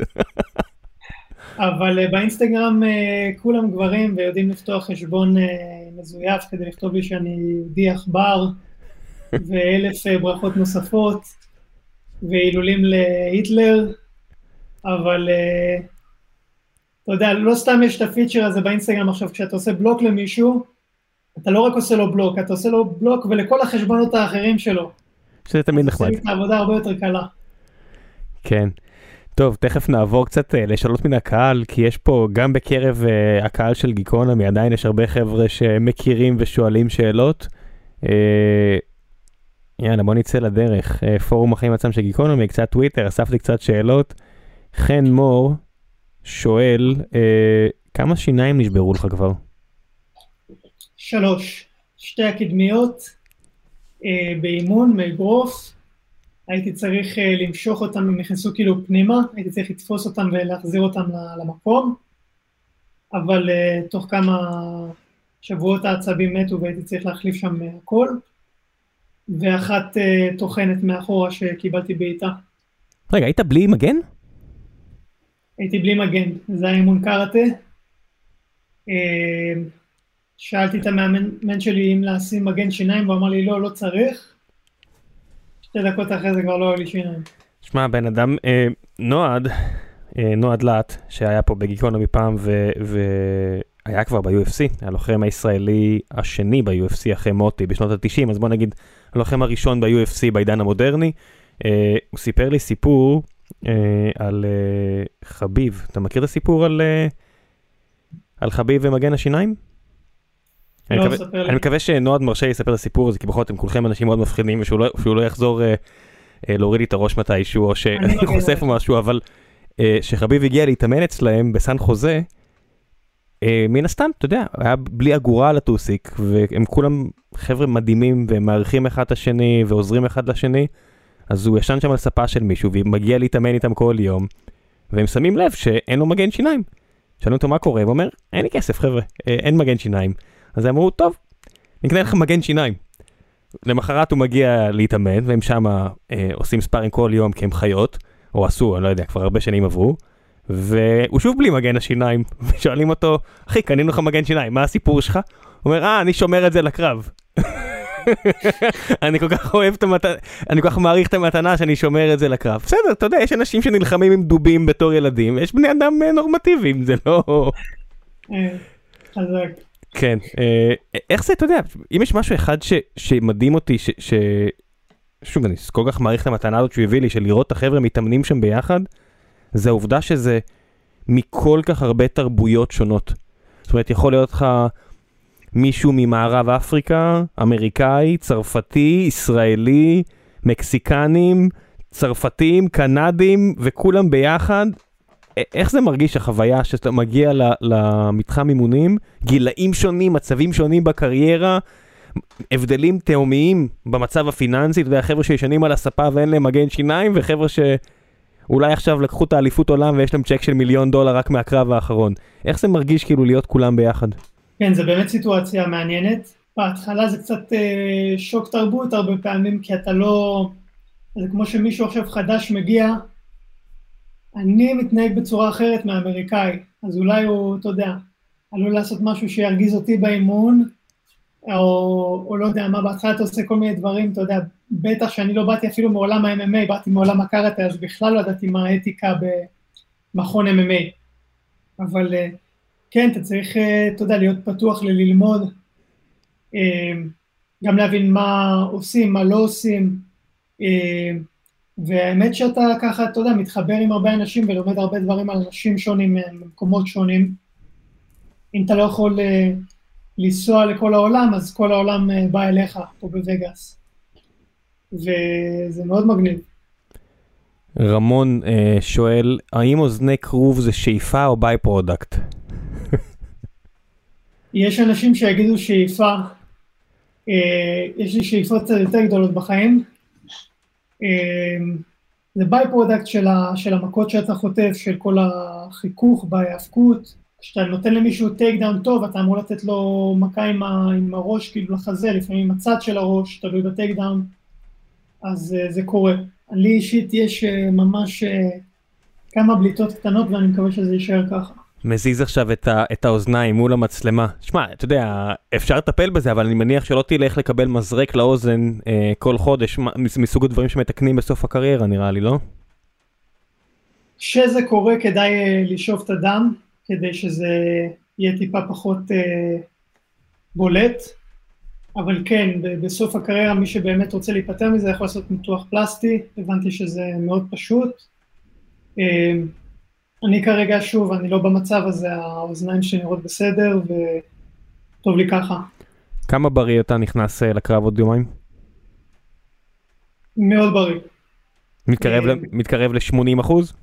אבל באינסטגרם כולם גברים ויודעים לפתוח חשבון מזויף כדי לכתוב לי שאני יהודי עכבר, ואלף ברכות נוספות, והילולים להיטלר, אבל אתה יודע, לא סתם יש את הפיצ'ר הזה באינסטגרם עכשיו, כשאתה עושה בלוק למישהו, אתה לא רק עושה לו בלוק, אתה עושה לו בלוק ולכל החשבונות האחרים שלו. שזה תמיד נחמד. זה עושה את העבודה הרבה יותר קלה. כן. טוב, תכף נעבור קצת לשאלות מן הקהל, כי יש פה גם בקרב uh, הקהל של גיקונומי, עדיין יש הרבה חבר'ה שמכירים ושואלים שאלות. Uh, יאללה, בוא נצא לדרך. Uh, פורום החיים עצמם של גיקונומי, קצת טוויטר, אספתי קצת שאלות. חן מור שואל, uh, כמה שיניים נשברו לך כבר? שלוש. שתי הקדמיות, uh, באימון, מאגרוף. הייתי צריך uh, למשוך אותם, הם נכנסו כאילו פנימה, הייתי צריך לתפוס אותם ולהחזיר אותם למקום, אבל uh, תוך כמה שבועות העצבים מתו והייתי צריך להחליף שם הכל, ואחת uh, תוכנת מאחורה שקיבלתי בעיטה. רגע, היית בלי מגן? הייתי בלי מגן, זה היה אימון קראטה. Uh, שאלתי את המאמן שלי אם לשים מגן שיניים, והוא אמר לי לא, לא צריך. שתי דקות אחרי זה כבר לא היו לי שיניים. שמע, בן אדם, אה, נועד, אה, נועד לט, שהיה פה בגיקונומי פעם, והיה כבר ב-יו אף סי, הלוחם הישראלי השני ב-יו אף סי אחרי מוטי בשנות ה-תשעים, אז בוא נגיד, הלוחם הראשון ב-יו אף סי בעידן המודרני, אה, הוא סיפר לי סיפור אה, על אה, חביב. אתה מכיר את הסיפור על, אה, על חביב ומגן השיניים? לא, אני, מקווה, אני מקווה שנועד מרשה יספר את הסיפור הזה, כי בכל זאת הם כולכם אנשים מאוד מפחידים, ושהוא לא, שהוא לא יחזור אה, אה, להוריד לי את הראש מתישהו, או שאני חושף או משהו, אבל אה, שחביב הגיע להתאמן אצלהם בסן חוזה, אה, מן הסתם, אתה יודע, היה בלי אגורה על הטוסיק, והם כולם חבר'ה מדהימים, והם מעריכים אחד את השני, ועוזרים אחד לשני, אז הוא ישן שם על ספה של מישהו, ומגיע להתאמן איתם כל יום, והם שמים לב שאין לו מגן שיניים. שאלו אותו מה קורה, ואומר, אין לי כסף חבר'ה, אה, אין מגן שיניים. אז הם אמרו, טוב, נקנה לך מגן שיניים. למחרת הוא מגיע להתאמן, והם שם אה, עושים ספארינג כל יום כי הם חיות, או עשו, אני לא יודע, כבר הרבה שנים עברו, והוא שוב בלי מגן השיניים, ושואלים אותו, אחי, קנינו לך מגן שיניים, מה הסיפור שלך? הוא אומר, אה, אני שומר את זה לקרב. אני כל כך אוהב את המתנה, אני כל כך מעריך את המתנה שאני שומר את זה לקרב. בסדר, אתה יודע, יש אנשים שנלחמים עם דובים בתור ילדים, יש בני אדם נורמטיביים, זה לא... חזק. כן, איך זה, אתה יודע, אם יש משהו אחד שמדהים אותי, ש... שוב, אני כל כך מעריך את המתנה הזאת שהוא הביא לי, של לראות את החבר'ה מתאמנים שם ביחד, זה העובדה שזה מכל כך הרבה תרבויות שונות. זאת אומרת, יכול להיות לך מישהו ממערב אפריקה, אמריקאי, צרפתי, ישראלי, מקסיקנים, צרפתים, קנדים, וכולם ביחד. איך זה מרגיש החוויה שאתה מגיע למתחם אימונים, גילאים שונים, מצבים שונים בקריירה, הבדלים תאומיים במצב הפיננסי, אתה יודע, חבר'ה שישנים על הספה ואין להם מגן שיניים, וחבר'ה שאולי עכשיו לקחו את האליפות עולם ויש להם צ'ק של מיליון דולר רק מהקרב האחרון. איך זה מרגיש כאילו להיות כולם ביחד? כן, זה באמת סיטואציה מעניינת. בהתחלה זה קצת אה, שוק תרבות הרבה פעמים, כי אתה לא... זה כמו שמישהו עכשיו חדש מגיע, אני מתנהג בצורה אחרת מהאמריקאי, אז אולי הוא, אתה יודע, עלול לעשות משהו שירגיז אותי באימון, או, או לא יודע מה, בהתחלה אתה עושה כל מיני דברים, אתה יודע, בטח שאני לא באתי אפילו מעולם ה-אם אם איי, באתי מעולם הקראטה, אז בכלל לא ידעתי מה האתיקה במכון אם אם איי. אבל כן, אתה צריך, אתה יודע, להיות פתוח לללמוד, גם להבין מה עושים, מה לא עושים, והאמת שאתה ככה, אתה יודע, מתחבר עם הרבה אנשים ולומד הרבה דברים על אנשים שונים, במקומות שונים. אם אתה לא יכול לנסוע לכל העולם, אז כל העולם בא אליך פה בווגאס. וזה מאוד מגניב. רמון שואל, האם אוזני כרוב זה שאיפה או ביי פרודקט? יש אנשים שיגידו שאיפה, יש לי שאיפות יותר גדולות בחיים, זה ביי פרודקט של, ה, של המכות שאתה חוטף, של כל החיכוך בהיאבקות. כשאתה נותן למישהו טייק דאון טוב, אתה אמור לתת לו מכה עם, ה, עם הראש, כאילו לחזה, לפעמים עם הצד של הראש, תלוי בטייק דאון, אז זה קורה. לי אישית יש ממש כמה בליטות קטנות, ואני מקווה שזה יישאר ככה. מזיז עכשיו את, ה, את האוזניים מול המצלמה. שמע, אתה יודע, אפשר לטפל בזה, אבל אני מניח שלא תלך לקבל מזרק לאוזן אה, כל חודש, מסוג הדברים שמתקנים בסוף הקריירה, נראה לי, לא? כשזה קורה, כדאי אה, לשאוף את הדם, כדי שזה יהיה טיפה פחות אה, בולט, אבל כן, ב- בסוף הקריירה, מי שבאמת רוצה להיפטר מזה, יכול לעשות ניתוח פלסטי, הבנתי שזה מאוד פשוט. אה, אני כרגע שוב, אני לא במצב הזה, האוזניים שנראות בסדר, וטוב לי ככה. כמה בריא אתה נכנס לקרב עוד יומיים? מאוד בריא. מתקרב, ל- מתקרב ל-שמונים אחוז?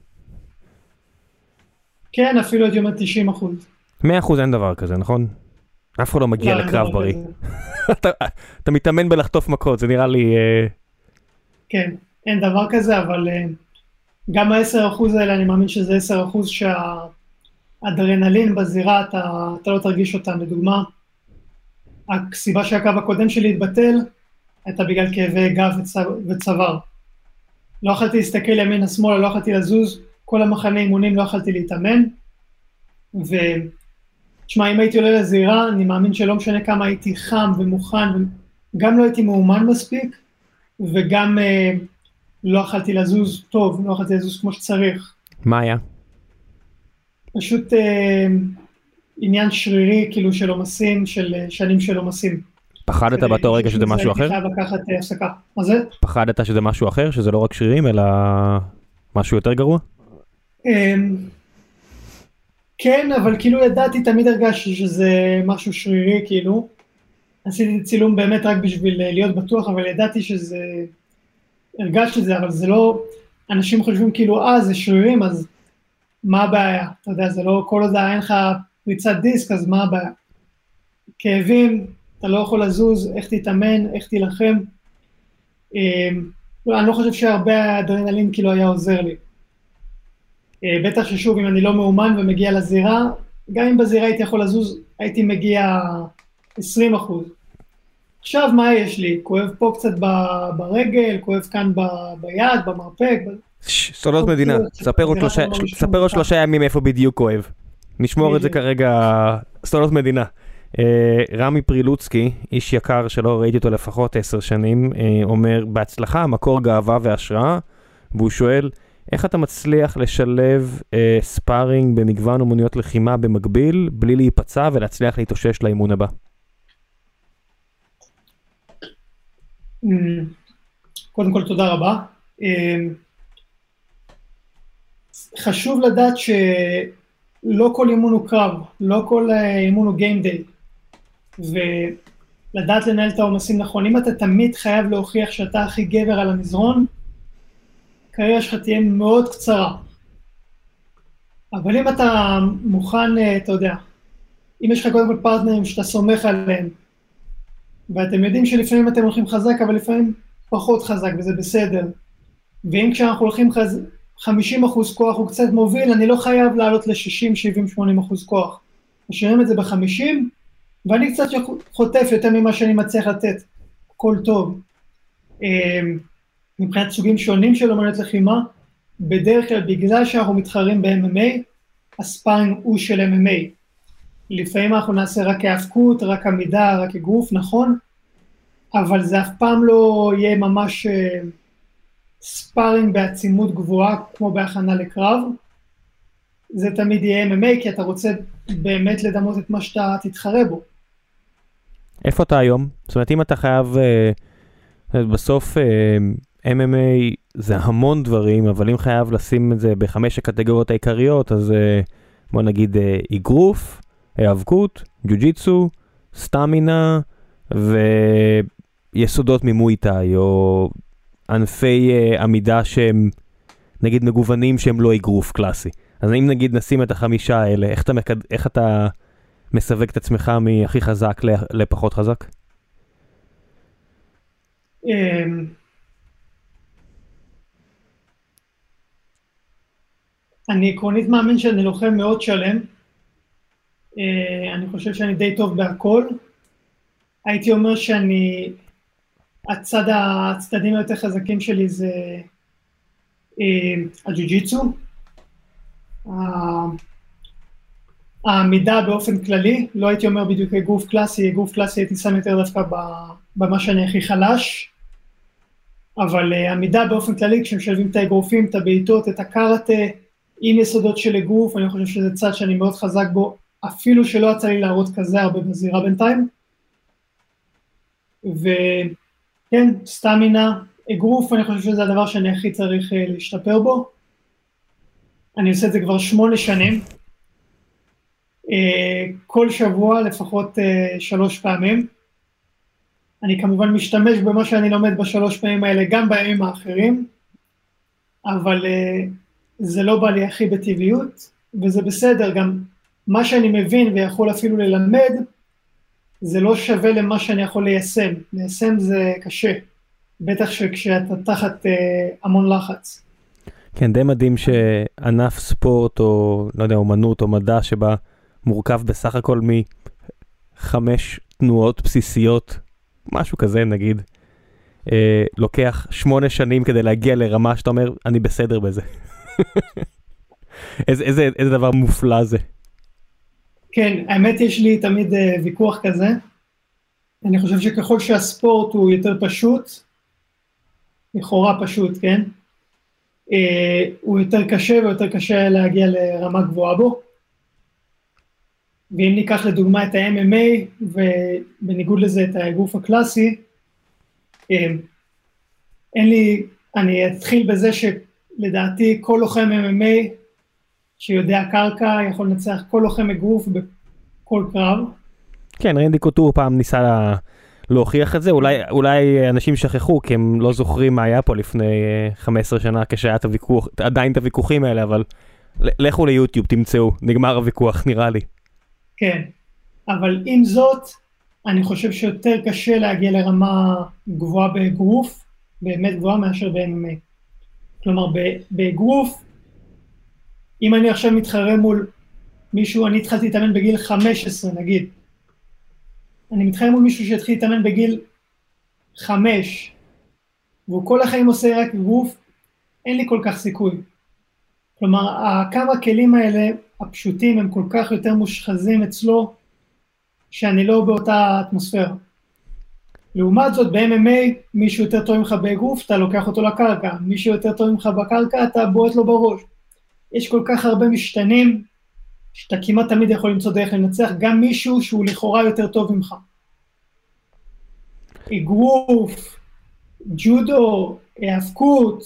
כן, אפילו עד יום תשעים אחוז. מאה אחוז אין דבר כזה, נכון? אף אחד לא מגיע לא, לקרב בריא. אתה, אתה מתאמן בלחטוף מכות, זה נראה לי... כן, אין דבר כזה, אבל... גם ה-עשרה אחוז האלה, אני מאמין שזה עשרה אחוז שהאדרנלין בזירה, אתה, אתה לא תרגיש אותם. לדוגמה, הסיבה שהקו הקודם שלי התבטל, הייתה בגלל כאבי גב וצוואר. לא יכולתי להסתכל ימינה שמאלה, לא יכולתי לזוז, כל המחנה אימונים לא יכולתי להתאמן, ותשמע, אם הייתי עולה לזירה, אני מאמין שלא משנה כמה הייתי חם ומוכן, גם לא הייתי מאומן מספיק, וגם... לא יכולתי לזוז טוב, לא יכולתי לזוז כמו שצריך. מה היה? פשוט אה, עניין שרירי, כאילו של עומסים, של שנים של עומסים. פחדת באותו רגע שזה משהו אחר? הייתי חייב לקחת הפסקה. מה זה? פחדת שזה משהו אחר, שזה לא רק שרירים, אלא משהו יותר גרוע? אה, כן, אבל כאילו ידעתי, תמיד הרגשתי שזה משהו שרירי, כאילו. עשיתי צילום באמת רק בשביל להיות בטוח, אבל ידעתי שזה... הרגשתי את זה, אבל זה לא, אנשים חושבים כאילו, אה, זה שרירים, אז מה הבעיה? אתה יודע, זה לא, כל עוד אין לך פריצת דיסק, אז מה הבעיה? כאבים, אתה לא יכול לזוז, איך תתאמן, איך תילחם. אני לא חושב שהרבה אדרנלין כאילו היה עוזר לי. בטח ששוב, אם אני לא מאומן ומגיע לזירה, גם אם בזירה הייתי יכול לזוז, הייתי מגיע עשרים אחוז. עכשיו מה יש לי? כואב פה קצת ברגל, כואב כאן ביד, במרפק. סודות מדינה, ספר עוד שלושה ימים איפה בדיוק כואב. נשמור את זה כרגע, סודות מדינה. רמי פרילוצקי, איש יקר שלא ראיתי אותו לפחות עשר שנים, אומר בהצלחה, מקור גאווה והשראה, והוא שואל, איך אתה מצליח לשלב אה, ספארינג במגוון אומנויות לחימה במקביל, בלי להיפצע ולהצליח להתאושש לאימון הבא? קודם כל תודה רבה. חשוב לדעת שלא כל אימון הוא קרב, לא כל אימון הוא גיים דיי, ולדעת לנהל את העומסים נכון. אם אתה תמיד חייב להוכיח שאתה הכי גבר על המזרון, הקריירה שלך תהיה מאוד קצרה. אבל אם אתה מוכן, אתה יודע, אם יש לך קודם כל פרטנרים שאתה סומך עליהם, ואתם יודעים שלפעמים אתם הולכים חזק, אבל לפעמים פחות חזק, וזה בסדר. ואם כשאנחנו הולכים חז... חמישים אחוז כוח הוא קצת מוביל, אני לא חייב לעלות ל-שישים, שבעים, שמונים אחוז כוח. משאירים את זה ב-חמישים, ואני קצת חוטף יותר ממה שאני מצליח לתת. הכל טוב. מבחינת סוגים שונים של אומנויות לחימה, בדרך כלל בגלל שאנחנו מתחרים ב-אם אם איי, הספארינג הוא של אם אם איי. לפעמים אנחנו נעשה רק האבקות, רק עמידה, רק אגרוף, נכון? אבל זה אף פעם לא יהיה ממש ספארינג בעצימות גבוהה, כמו בהכנה לקרב. זה תמיד יהיה אם אם איי, כי אתה רוצה באמת לדמות את מה שאתה תתחרה בו. איפה אתה היום? זאת אומרת, אם אתה חייב, בסוף אם אם איי זה המון דברים, אבל אם חייב לשים את זה בחמש הקטגוריות העיקריות, אז בוא נגיד אגרוף, האבקות, ג'ו-ג'יטסו, סטמינה ויסודות ממוי-טאי, או ענפי uh, עמידה שהם נגיד מגוונים שהם לא אגרוף קלאסי. אז אם נגיד נשים את החמישה האלה, איך אתה, מקד... איך אתה מסווג את עצמך מהכי חזק לפחות חזק? אני עקרונית מאמין שאני לוחם מאוד שלם. אני חושב שאני די טוב בהכל. הייתי אומר שאני, הצד, הצדדים היותר חזקים שלי זה הג'ו-ג'יטסו, העמידה באופן כללי, לא הייתי אומר בדיוק גוף קלאסי, גוף קלאסי הייתי שם יותר דווקא במה שאני הכי חלש, אבל עמידה באופן כללי, כשמשלבים את האגרופים, את הבעיטות, את הקארטה, עם יסודות של אגרוף, אני חושב שזה צד שאני מאוד חזק בו, אפילו שלא יצא לי להראות כזה הרבה בזירה בינתיים. וכן, סטמינה, אגרוף, אני חושב שזה הדבר שאני הכי צריך להשתפר בו. אני עושה את זה כבר שמונה שנים. כל שבוע, לפחות שלוש פעמים. אני כמובן משתמש במה שאני לומד בשלוש פעמים האלה, גם בימים האחרים, אבל זה לא בא לי הכי בטבעיות, וזה בסדר, גם מה שאני מבין ויכול אפילו ללמד, זה לא שווה למה שאני יכול ליישם. ליישם זה קשה, בטח שכשאתה תחת אה, המון לחץ. כן, די מדהים שענף ספורט או, לא יודע, אומנות או מדע שבה מורכב בסך הכל מחמש תנועות בסיסיות, משהו כזה נגיד, אה, לוקח שמונה שנים כדי להגיע לרמה שאתה אומר, אני בסדר בזה. איזה, איזה, איזה דבר מופלא זה. כן, האמת יש לי תמיד uh, ויכוח כזה. אני חושב שככל שהספורט הוא יותר פשוט, לכאורה פשוט, כן? Uh, הוא יותר קשה ויותר קשה להגיע לרמה גבוהה בו. ואם ניקח לדוגמה את ה-אם אם איי, ובניגוד לזה את הגוף הקלאסי, uh, אין לי, אני אתחיל בזה שלדעתי כל לוחם אם אם איי, שיודע קרקע, יכול לנצח כל לוחם אגרוף בכל קרב. כן, רנדי קוטור פעם ניסה לה... להוכיח את זה, אולי, אולי אנשים שכחו, כי הם לא זוכרים מה היה פה לפני חמש עשרה שנה, כשהיה את הוויכוח, עדיין את הוויכוחים האלה, אבל לכו ליוטיוב, תמצאו, נגמר הוויכוח, נראה לי. כן, אבל עם זאת, אני חושב שיותר קשה להגיע לרמה גבוהה באגרוף, באמת גבוהה מאשר ב-אם אם איי. כלומר, באגרוף, אם אני עכשיו מתחרה מול מישהו, אני התחלתי להתאמן בגיל חמש עשרה נגיד, אני מתחרה מול מישהו שהתחיל להתאמן בגיל חמש, והוא כל החיים עושה רק גוף, אין לי כל כך סיכוי. כלומר, כמה הכלים האלה הפשוטים הם כל כך יותר מושחזים אצלו, שאני לא באותה אטמוספירה. לעומת זאת, ב-אם אם איי, מישהו יותר טוב ממך באגרוף, אתה לוקח אותו לקרקע, מישהו יותר טוב ממך בקרקע, אתה בועט לו בראש. יש כל כך הרבה משתנים, שאתה כמעט תמיד יכול למצוא דרך לנצח, גם מישהו שהוא לכאורה יותר טוב ממך. אגרוף, ג'ודו, האבקות,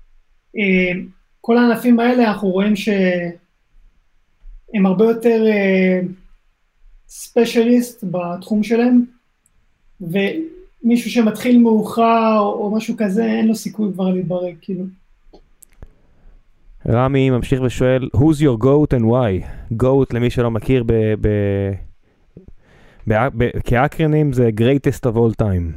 כל הענפים האלה אנחנו רואים שהם הרבה יותר ספיישליסט בתחום שלהם, ומישהו שמתחיל מאוחר או משהו כזה, אין לו סיכוי כבר להתברג, כאילו. רמי ממשיך ושואל, who's your goat and why? goat, למי שלא מכיר, ב, ב, ב, ב, כאקרונים זה greatest of all time.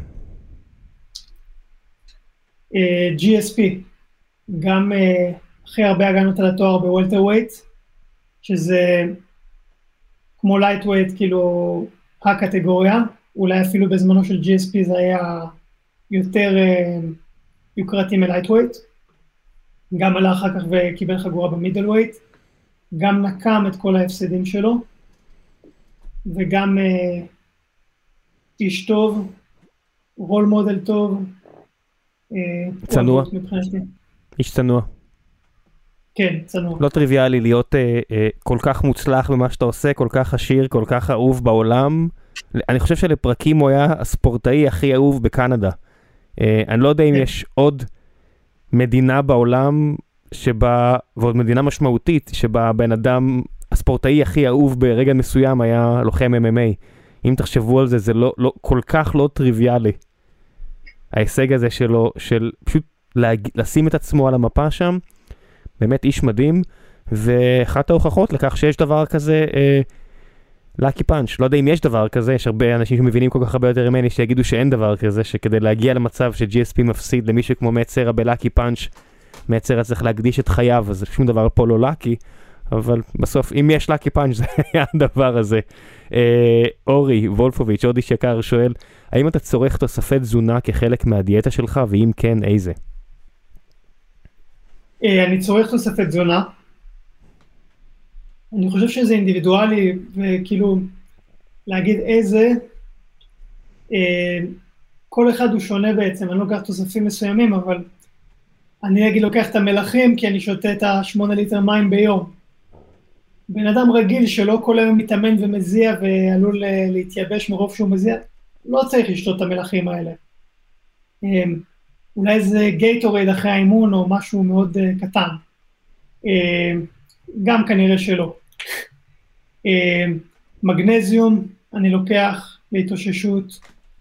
Uh, ג'י אס פי, גם uh, אחרי הרבה הגנות על התואר בוולטר ווייט, שזה כמו לייט ווייט, כאילו הקטגוריה, אולי אפילו בזמנו של ג'י אס פי זה היה יותר uh, יוקרתי מלייט ווייט, גם עלה אחר כך וקיבל חגורה במידל ווייט, גם נקם את כל ההפסדים שלו, וגם uh, איש טוב, רול מודל טוב, צנוע. איש צנוע. כן, צנוע. לא טריוויאלי להיות אה, אה, כל כך מוצלח במה שאתה עושה, כל כך עשיר, כל כך אהוב בעולם. אני חושב שלפרקים הוא היה הספורטאי הכי אהוב בקנדה. אה, אני לא יודע אם יש עוד מדינה בעולם שבה, ועוד מדינה משמעותית, שבה בן אדם, הספורטאי הכי אהוב ברגע מסוים היה לוחם אם אם איי. אם תחשבו על זה, זה לא, לא, כל כך לא טריוויאלי. ההישג הזה שלו, של פשוט להג... לשים את עצמו על המפה שם, באמת איש מדהים, ואחת ההוכחות לכך שיש דבר כזה, לקי פאנץ', לא יודע אם יש דבר כזה, יש הרבה אנשים שמבינים כל כך הרבה יותר ממני, שיגידו שאין דבר כזה, שכדי להגיע למצב ש-ג'י אס פי מפסיד למישהו כמו מצרה בלקי פאנץ', מצרה צריך להקדיש את חייו, אז שום דבר פה לא לקי, אבל בסוף, אם יש לקי פאנץ' זה היה הדבר הזה. אה, אורי וולפוביץ', עוד איש יקר, שואל, האם אתה צורך תוספי תזונה כחלק מהדיאטה שלך, ואם כן, איזה? אה, אני צורך תוספי תזונה. אני חושב שזה אינדיבידואלי, וכאילו, להגיד איזה, אה, כל אחד הוא שונה בעצם, אני לא לוקח תוספים מסוימים, אבל אני אגיד לוקח את המלחים, כי אני שותה את השמונה ליטר מים ביום. בן אדם רגיל שלא כל היום מתאמן ומזיע ועלול להתייבש מרוב שהוא מזיע, לא צריך לשתות את המלחים האלה. אולי זה גייטורייד אחרי האימון או משהו מאוד קטן. גם כנראה שלא. מגנזיום אני לוקח להתאוששות.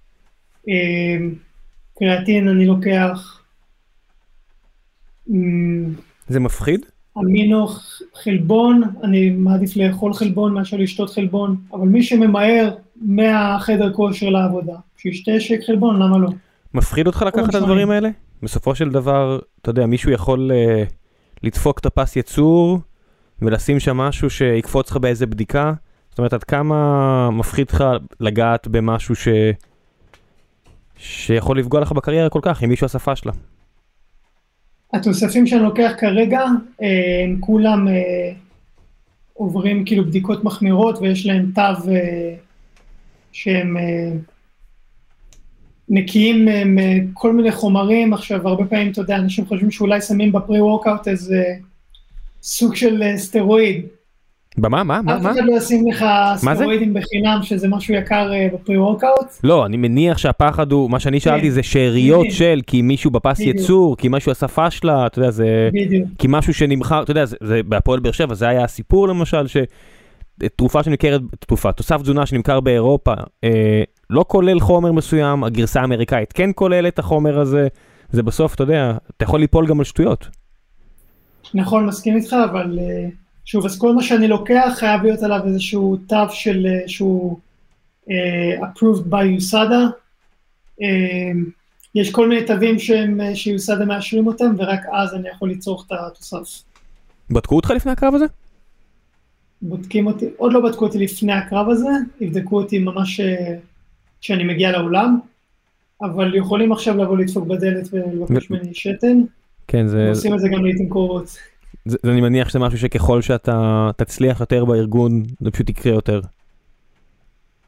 קריאטין אני לוקח. זה מפחיד? אמינו חלבון, אני מעדיף לאכול חלבון מאשר לשתות חלבון, אבל מי שממהר מהחדר כושר לעבודה, שישתה שק חלבון, למה לא? מפחיד אותך לקחת את הדברים האלה? בסופו של דבר, אתה יודע, מישהו יכול uh, לדפוק את הפס יצור, ולשים שם משהו שיקפוץ לך באיזה בדיקה, זאת אומרת, עד כמה מפחיד לך לגעת במשהו ש... שיכול לפגוע לך בקריירה כל כך, עם מישהו השפה שלה? התוספים שאני לוקח כרגע, הם כולם עוברים כאילו בדיקות מחמירות, ויש להם תו שהם נקיים מכל מיני חומרים. עכשיו, הרבה פעמים, אתה יודע, אנשים חושבים שאולי שמים בפרי-וורקאוט איזה סוג של סטרואיד. במה? מה? מה? אף אחד לא ישים לך סטרואידים בחינם, שזה משהו יקר בפרי-וורקאוט. לא, אני מניח שהפחד הוא, מה שאני שאלתי זה שאריות של, כי מישהו בפס יצור, כי משהו השפה שלה, אתה יודע, זה, כי משהו שנמחר, אתה יודע, זה בהפועל באר שבע, זה היה הסיפור למשל, שתרופה שנמכרת, תרופה, תוסף תזונה שנמכר באירופה, לא כולל חומר מסוים, הגרסה האמריקאית כן כולל את החומר הזה, זה בסוף, אתה יודע, אתה יכול ליפול גם על שטויות. נכון, מסכים איתך, אבל שוב, אז כל מה שאני לוקח חייב להיות עליו איזשהו תו של, שהוא uh, approved by יוסדה. Uh, יש כל מיני תווים שהם, שיוסדה מאשרים אותם, ורק אז אני יכול לצרוך את התוסף. בדקו אותך לפני הקרב הזה? בודקים אותי, עוד לא בדקו אותי לפני הקרב הזה, יבדקו אותי ממש כשאני מגיע לעולם, אבל יכולים עכשיו לבוא לדפוק בדלת ולבקש ממני שתן. כן, זה... ועושים את זה גם לעתים קרובות. זה, אני מניח שזה משהו שככל שאתה תצליח יותר בארגון, זה פשוט יקרה יותר.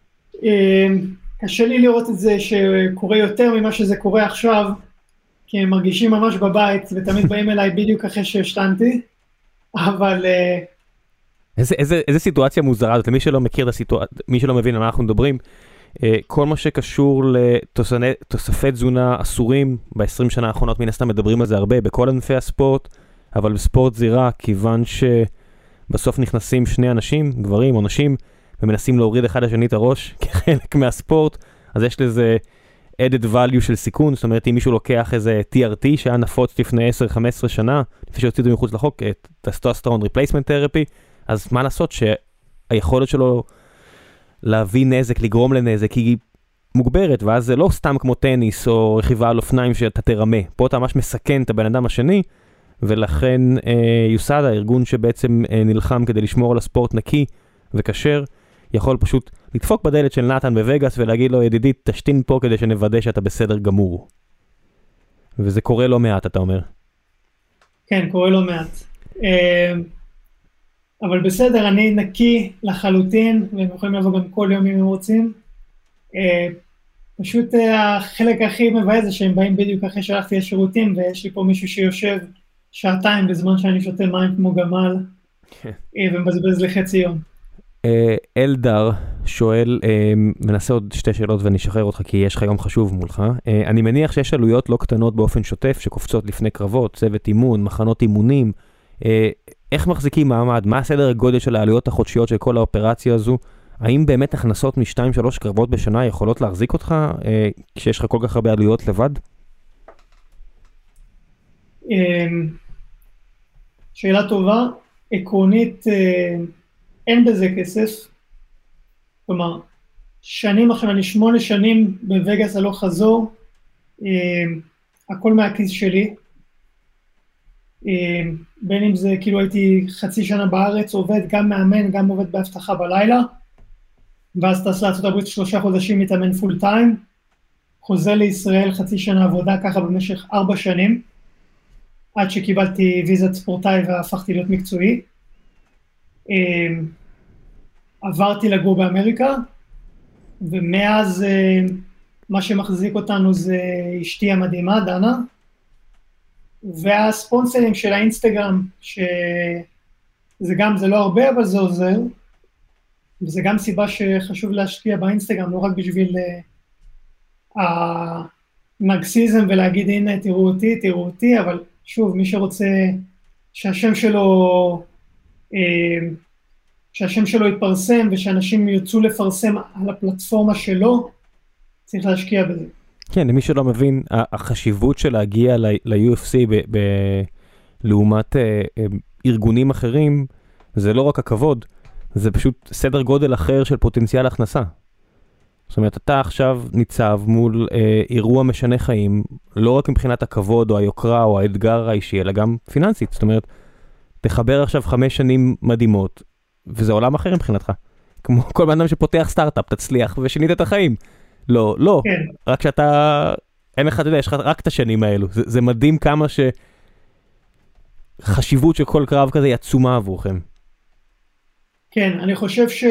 קשה לי לראות את זה שקורה יותר ממה שזה קורה עכשיו, כי הם מרגישים ממש בבית, ותמיד באים אליי בדיוק אחרי שהשתנתי, אבל... איזה, איזה, איזה סיטואציה מוזרה זאת, למי שלא מכיר את הסיטואציה, מי שלא מבין על מה אנחנו מדברים, כל מה שקשור לתוספי תזונה אסורים, ב-עשרים שנה האחרונות מן הסתם מדברים על זה הרבה, בכל ענפי הספורט, אבל בספורט זירה, כיוון שבסוף נכנסים שני אנשים, גברים או נשים, ומנסים להוריד אחד השני את הראש כחלק מהספורט, אז יש לזה added value של סיכון, זאת אומרת, אם מישהו לוקח איזה טי אר טי שהיה נפוץ לפני עשר חמש עשרה שנה, לפני שהוציא את זה מחוץ לחוק, את טסטוסטרון ריפלייסמנט תרפי, אז מה לעשות שהיכולת שלו להביא נזק, לגרום לנזק, היא מוגברת, ואז זה לא סתם כמו טניס או רכיבה על אופניים שאתה תרמה, פה אתה ממש מסכן את הבן אדם השני, ולכן אה, יוסדה, הארגון שבעצם אה, נלחם כדי לשמור על הספורט נקי וכשר, יכול פשוט לדפוק בדלת של נתן בווגאס ולהגיד לו, ידידי, תשתין פה כדי שנוודא שאתה בסדר גמור. וזה קורה לא מעט, אתה אומר. כן, קורה לא מעט. אבל בסדר, אני נקי לחלוטין, והם יכולים לבוא גם כל יום אם הם רוצים. פשוט החלק הכי מבאס זה שהם באים בדיוק אחרי שהלכתי לשירותים, ויש לי פה מישהו שיושב שעתיים בזמן שאני שותה מים כמו גמל, ומבזבז לחצי יום. אלדר שואל, מנסה עוד שתי שאלות ואני אשחרר אותך כי יש לך יום חשוב מולך. אני מניח שיש עלויות לא קטנות באופן שוטף שקופצות לפני קרבות, צוות אימון, מחנות אימונים. איך מחזיקים מעמד? מה הסדר הגודל של העלויות החודשיות של כל האופרציה הזו? האם באמת הכנסות משתיים שלוש קרבות בשנה יכולות להחזיק אותך כשיש לך כל כך הרבה עלויות לבד? שאלה טובה. עקרונית אין בזה כסף, כלומר, שנים עכשיו, אני שמונה שנים בווגאס הלוך חזור, הכל מהכיס שלי, בין אם זה כאילו הייתי חצי שנה בארץ, עובד גם מאמן, גם עובד בהבטחה בלילה, ואז טס לארצות הברית שלושה חודשים מתאמן פול טיים, חוזר לישראל חצי שנה עבודה ככה במשך ארבע שנים, עד שקיבלתי ויזת ספורטאי והפכתי להיות מקצועי, עברתי לגור באמריקה, ומאז מה שמחזיק אותנו זה אשתי המדהימה, דנה, והספונסרים של האינסטגרם, שזה גם, זה לא הרבה, אבל זה עוזר, וזה גם סיבה שחשוב להשקיע באינסטגרם, לא רק בשביל הנרקסיזם ולהגיד, הנה, תראו אותי, תראו אותי, אבל שוב, מי שרוצה שהשם שלו, שהשם שלו יתפרסם, ושאנשים ירצו לפרסם על הפלטפורמה שלו, צריך להשקיע בזה. כן, למי שלא מבין, החשיבות של להגיע ל-יו אף סי לעומת ארגונים אחרים, זה לא רק הכבוד, זה פשוט סדר גודל אחר של פוטנציאל הכנסה. זאת אומרת, אתה עכשיו ניצב מול אה, אירוע משנה חיים, לא רק מבחינת הכבוד או היוקרה או האתגר האישי, אלא גם פיננסית. זאת אומרת, תחבר עכשיו חמש שנים מדהימות, וזה עולם אחר מבחינתך. כמו כל בן אדם שפותח סטארט-אפ, תצליח ושינית את החיים. לא, לא. כן. רק שאתה, אין לך, אתה יודע, יש לך רק את השנים האלו. זה, זה מדהים כמה שחשיבות של כל קרב כזה היא עצומה עבורכם. כן, אני חושב ש...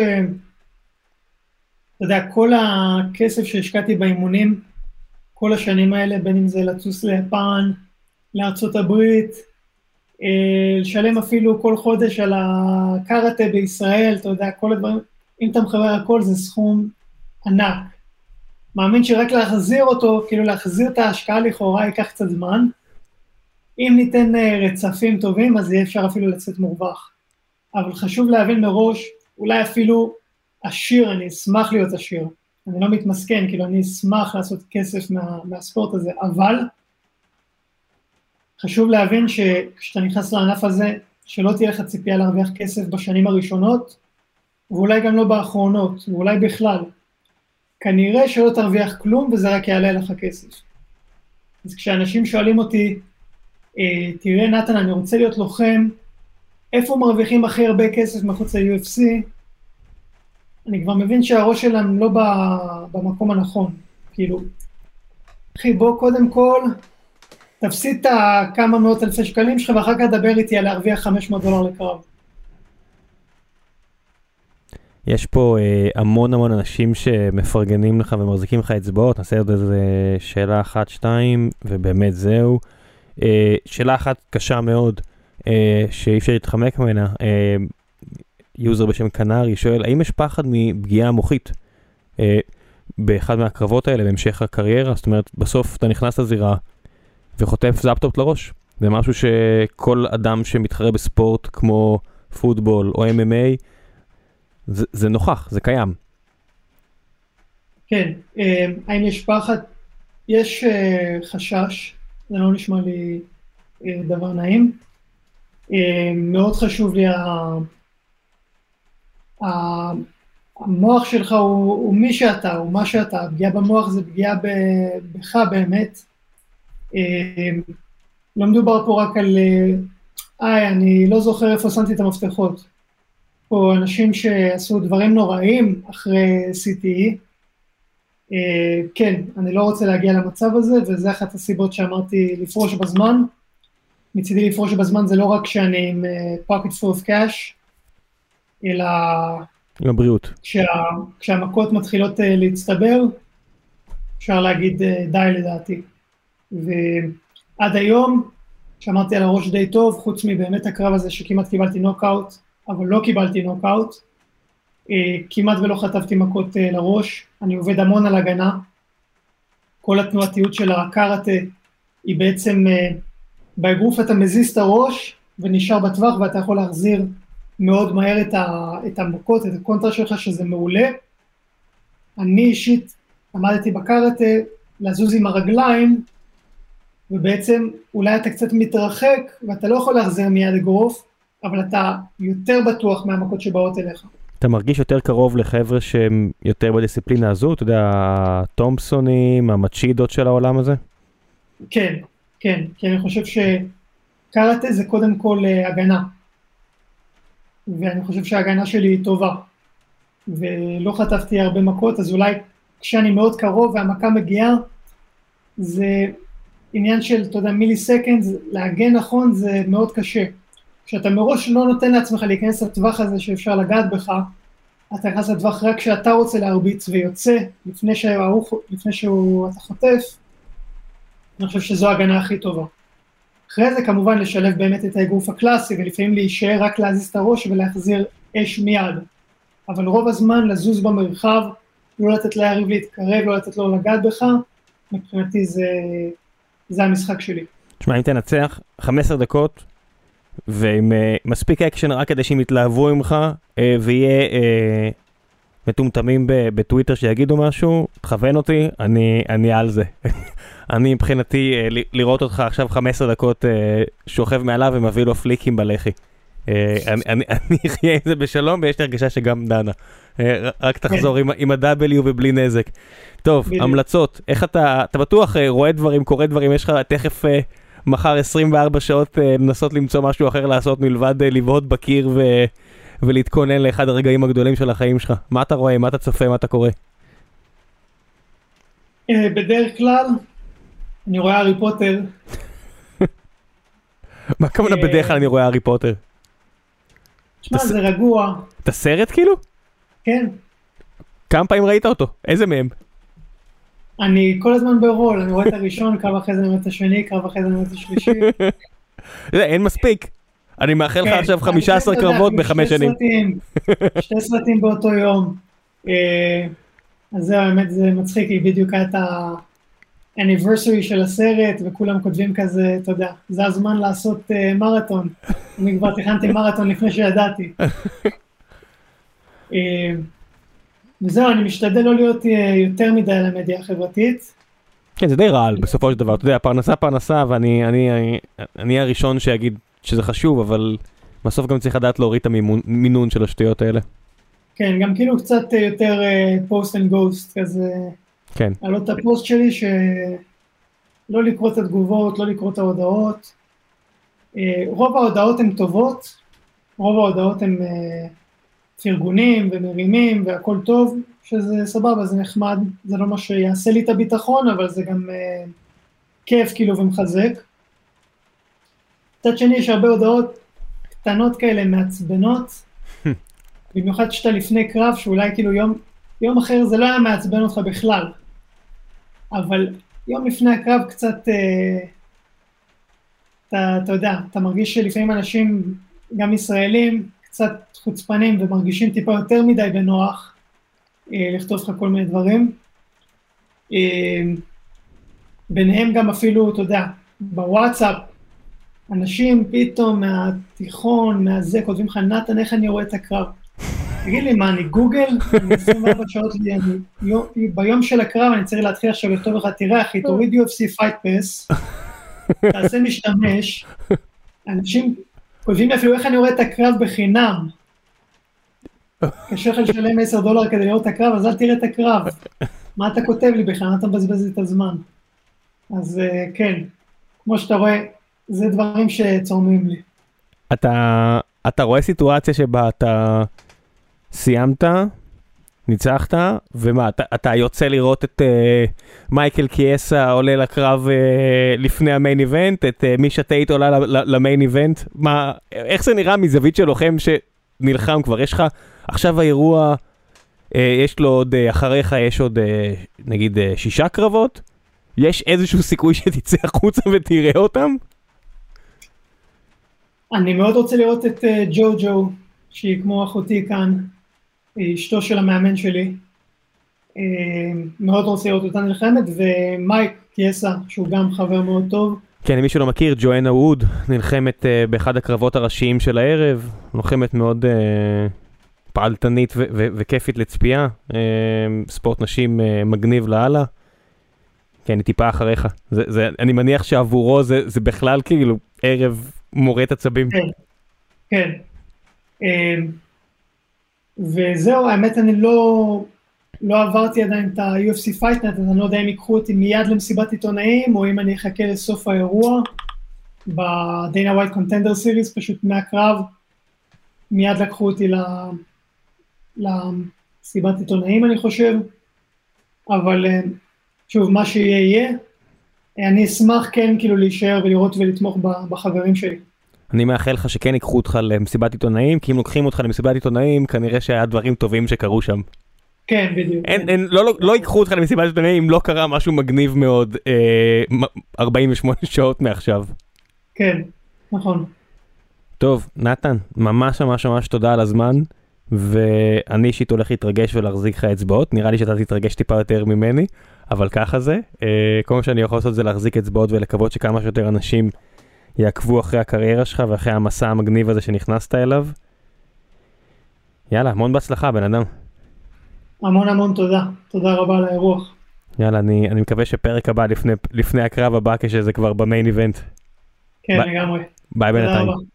אתה יודע, כל הכסף שהשקעתי באימונים, כל השנים האלה, בין אם זה לטוס ליפן, לארצות הברית, לשלם אפילו כל חודש על הקראטה בישראל, אתה יודע, כל הדברים, אם אתה מחבר הכל, זה סכום ענק. מאמין שרק להחזיר אותו, כאילו להחזיר את ההשקעה לכאורה, ייקח קצת זמן. אם ניתן רצפים טובים, אז יהיה אפשר אפילו לצאת מורווח. אבל חשוב להבין מראש, אולי אפילו עשיר, אני אשמח להיות עשיר. אני לא מתמסכן, כאילו אני אשמח לעשות כסף מה, מהספורט הזה, אבל חשוב להבין שכשאתה נכנס לענף הזה, שלא תהיה לך ציפייה להרוויח כסף בשנים הראשונות, ואולי גם לא באחרונות, ואולי בכלל. כנראה שלא תרוויח כלום, וזה רק יעלה לך כסף. אז כשאנשים שואלים אותי, תראה נתן, אני רוצה להיות לוחם, איפה מרוויחים הכי הרבה כסף מחוץ ל-יו אף סי? אני כבר מבין שהראש שלהם לא במקום הנכון. כאילו, אחי, בוא קודם כל, תפסיד את כמה מאות אלפי שקלים שלך, ואחר כך דבר איתי על להרוויח חמש מאות דולר לקרב. יש פה אה, המון המון אנשים שמפרגנים לך ומחזיקים לך אצבעות, נעשה עוד איזה שאלה אחת, שתיים, ובאמת זהו. אה, שאלה אחת קשה מאוד, אה, שאי אפשר להתחמק ממנה, אה, יוזר בשם קנרי שואל, האם יש פחד מפגיעה מוחית אה, באחד מהקרבות האלה, בהמשך הקריירה? זאת אומרת, בסוף אתה נכנס לזירה וחוטף זפטופ לראש. זה משהו שכל אדם שמתחרה בספורט כמו פוטבול או אם אם איי, זה, זה נוכח, זה קיים. כן, האם יש פחד? יש חשש, זה לא נשמע לי דבר נעים. מאוד חשוב לי, המוח שלך הוא, הוא מי שאתה, הוא מה שאתה, פגיעה במוח זה פגיעה בך באמת. לא מדובר פה רק על, איי, אני לא זוכר איפה שמתי את המפתחות. פה אנשים שעשו דברים נוראים אחרי סי טי אי, כן, אני לא רוצה להגיע למצב הזה, וזה אחת הסיבות שאמרתי לפרוש בזמן. מצידי לפרוש בזמן זה לא רק שאני עם pocket full of cash, אלא עם הבריאות. כשה, כשהמכות מתחילות להצטבר, אפשר להגיד די לדעתי. ועד היום, שאמרתי על הראש די טוב, חוץ מבאמת הקרב הזה שכמעט קיבלתי נוקאוט, אבל לא קיבלתי נוקאוט, כמעט ולא חטפתי מכות לראש, אני עובד המון על הגנה, כל התנועתיות של הקארטה היא בעצם, באגרוף אתה מזיז את הראש ונשאר בטווח ואתה יכול להחזיר מאוד מהר את, ה, את המכות, את הקונטרה שלך שזה מעולה. אני אישית עמדתי בקארטה לזוז עם הרגליים, ובעצם אולי אתה קצת מתרחק ואתה לא יכול להחזיר מיד אגרוף, אבל אתה יותר בטוח מהמכות שבאות אליך. אתה מרגיש יותר קרוב לחבר'ה שהם יותר בדיסציפלינה הזו? אתה יודע, הטומפסונים, המצ'ידות של העולם הזה? כן, כן, כי אני חושב שקארטה זה קודם כל הגנה. ואני חושב שההגנה שלי היא טובה. ולא חטפתי הרבה מכות, אז אולי כשאני מאוד קרוב והמכה מגיעה, זה עניין של, אתה יודע, מילי סקנד, להגן נכון זה מאוד קשה. כשאתה מראש לא נותן לעצמך להיכנס לטווח הזה שאפשר לגעת בך, אתה נכנס לטווח רק כשאתה רוצה להרביץ ויוצא, לפני שהוא, לפני שהוא אתה חוטף, אני חושב שזו ההגנה הכי טובה. אחרי זה כמובן לשלב באמת את האגרוף הקלאסי, ולפעמים להישאר רק להזיז את הראש ולהחזיר אש מיד. אבל רוב הזמן לזוז במרחב, לא לתת ליריב להתקרב, לא לתת לו לגעת בך, מבחינתי זה, זה המשחק שלי. תשמע, אם תנצח חמש עשרה דקות, ועם uh, מספיק אקשן רק כדי שהם יתלהבו ממך, uh, ויהיה uh, מטומטמים בטוויטר שיגידו משהו, תכוון אותי, אני, אני על זה. אני מבחינתי uh, לראות אותך עכשיו חמש עשרה דקות uh, שוכב מעליו ומביא לו פליקים בלחי. Uh, אני, אני, אני אחיה עם זה בשלום, ויש לי הרגשה שגם דנה. Uh, רק תחזור עם, עם ה-W ובלי נזק. טוב, המלצות. איך אתה, אתה בטוח uh, רואה דברים, קורא דברים, יש לך תכף... Uh, מחר עשרים וארבע שעות לנסות למצוא משהו אחר לעשות מלבד לבהות בקיר ו... ולהתכונן לאחד הרגעים הגדולים של החיים שלך. מה אתה רואה? מה אתה צופה? מה אתה קורא? בדרך כלל, אני רואה הארי פוטר. מה כמובן בדרך כלל אני רואה הארי פוטר? תשמע, זה רגוע. אתה סרט כאילו? כן. כמה פעמים ראית אותו? איזה מהם? אני כל הזמן ברול, אני רואה את הראשון, קרב אחרי זה אני רואה את השני, קרב אחרי זה אני רואה את השלישי. אין מספיק. אני מאחל לך עכשיו חמישה עשר קרבות בחמש שנים. שתי סרטים באותו יום. אז זהו, האמת זה מצחיק, כי בדיוק היה את האניברסרי של הסרט, וכולם כותבים כזה, אתה יודע, זה הזמן לעשות מרתון. אני כבר תכנתי מרתון לפני שידעתי. וזהו, אני משתדל לא להיות יותר מדי על המדיה החברתית. כן, זה די רעל בסופו של דבר. אתה יודע, פרנסה פרנסה, ואני אני, אני, אני הראשון שיגיד שזה חשוב, אבל בסוף גם צריך לדעת להוריד את המינון של השטויות האלה. כן, גם כאילו קצת יותר פוסט אנד גוסט, כזה... כן. עלות הפוסט שלי, שלא לקרוא את התגובות, לא לקרוא את ההודעות. רוב ההודעות הן טובות, רוב ההודעות הן... פרגונים ומרימים והכל טוב, שזה סבבה, זה נחמד, זה לא מה שיעשה לי את הביטחון, אבל זה גם uh, כיף כאילו ומחזק. קצת שני יש הרבה הודעות קטנות כאלה מעצבנות, במיוחד שאתה לפני קרב, שאולי כאילו יום, יום אחר זה לא היה מעצבן אותך בכלל. אבל יום לפני הקרב קצת, אה, אתה, אתה יודע, אתה מרגיש שלפעמים אנשים, גם ישראלים, קצת חוצפנים ומרגישים טיפה יותר מדי בנוח, אה, לכתוב לך כל מיני דברים. אה, ביניהם גם אפילו, אתה יודע, בוואטסאפ, אנשים פתאום מהתיכון, מהזה, כותבים לך, נתן, איך אני רואה את הקרב? תגיד לי, מה, אני גוגל? אני עשרים וארבע שעות לי, אני, יום, ביום של הקרב אני צריך להתחיל עכשיו לכתוב לך, תראה אחי, תוריד יו אף סי Fight Pass, תעשה משתמש, אנשים כותבים לי אפילו איך אני רואה את הקרב בחינם, קשה לך לשלם עשרה דולר כדי לראות את הקרב, אז אל תראה את הקרב, מה אתה כותב לי בכלל, אתה מבזבז את הזמן, אז כן, כמו שאתה רואה, זה דברים שצורמים לי. אתה, אתה רואה סיטואציה שבה אתה סיימת, ניצחת, ומה, אתה, אתה יוצא לראות את uh, מייקל קיאסה עולה לקרב uh, לפני המיין איבנט, את uh, מישה טייט עולה למיין איבנט, מה, איך זה נראה מזווית של לוחם שנלחם כבר? יש לך, עכשיו האירוע, uh, יש לו עוד, uh, אחריך יש עוד, uh, נגיד, uh, שישה קרבות, יש איזשהו סיכוי שתצא החוצה ותראה אותם? אני מאוד רוצה לראות את uh, ג'ו ג'ו, שהיא כמו אחותי כאן, אשתו של המאמן שלי, uh, מאוד רוצה לראות אותה נלחמת, ומייק קיאסה, שהוא גם חבר מאוד טוב. כן, מי שלא מכיר, ג'ואנה ווד, נלחמת uh, באחד הקרבות הראשיים של הערב, לוחמת מאוד uh, פעלתנית ו- ו- וכיפית לצפייה, uh, ספורט נשים uh, מגניב להלאה. כן, היא טיפה אחריך. זה, זה, אני מניח שעבורו זה, זה בכלל כאילו ערב מורד עצבים. כן, כן. וזהו, האמת אני לא, לא עברתי עדיין את ה-יו אף סי Fight Night, אז אני לא יודע אם ייקחו אותי מיד למסיבת עיתונאים, או אם אני אחכה לסוף האירוע, ב-Dana White Contender Series, פשוט מהקרב, מיד לקחו אותי למסיבת עיתונאים אני חושב, אבל שוב, מה שיהיה יהיה, אני אשמח כן כאילו להישאר ולראות ולתמוך בחברים שלי. אני מאחל לך שכן ייקחו אותך למסיבת עיתונאים, כי אם לוקחים אותך למסיבת עיתונאים, כנראה שהיה דברים טובים שקרו שם. כן, בדיוק. אין, כן. אין, לא, לא, לא ייקחו אותך למסיבת עיתונאים אם לא קרה משהו מגניב מאוד אה, ארבעים ושמונה שעות מעכשיו. כן, נכון. טוב, נתן, ממש ממש ממש תודה על הזמן, ואני אישית הולך להתרגש ולהחזיק לך אצבעות, נראה לי שאתה תתרגש טיפה יותר ממני, אבל ככה זה. אה, כל מה שאני יכול לעשות זה להחזיק אצבעות ולקוות שכמה שיותר אנשים יעקבו אחרי הקריירה שלך ואחרי המסע המגניב הזה שנכנסת אליו. יאללה, המון בהצלחה, בן אדם. המון המון תודה, תודה רבה על האירוח. יאללה, אני, אני מקווה שפרק הבא לפני, לפני הקרב הבא כשזה כבר במיין איבנט. כן, לגמרי. ביי בינתיים.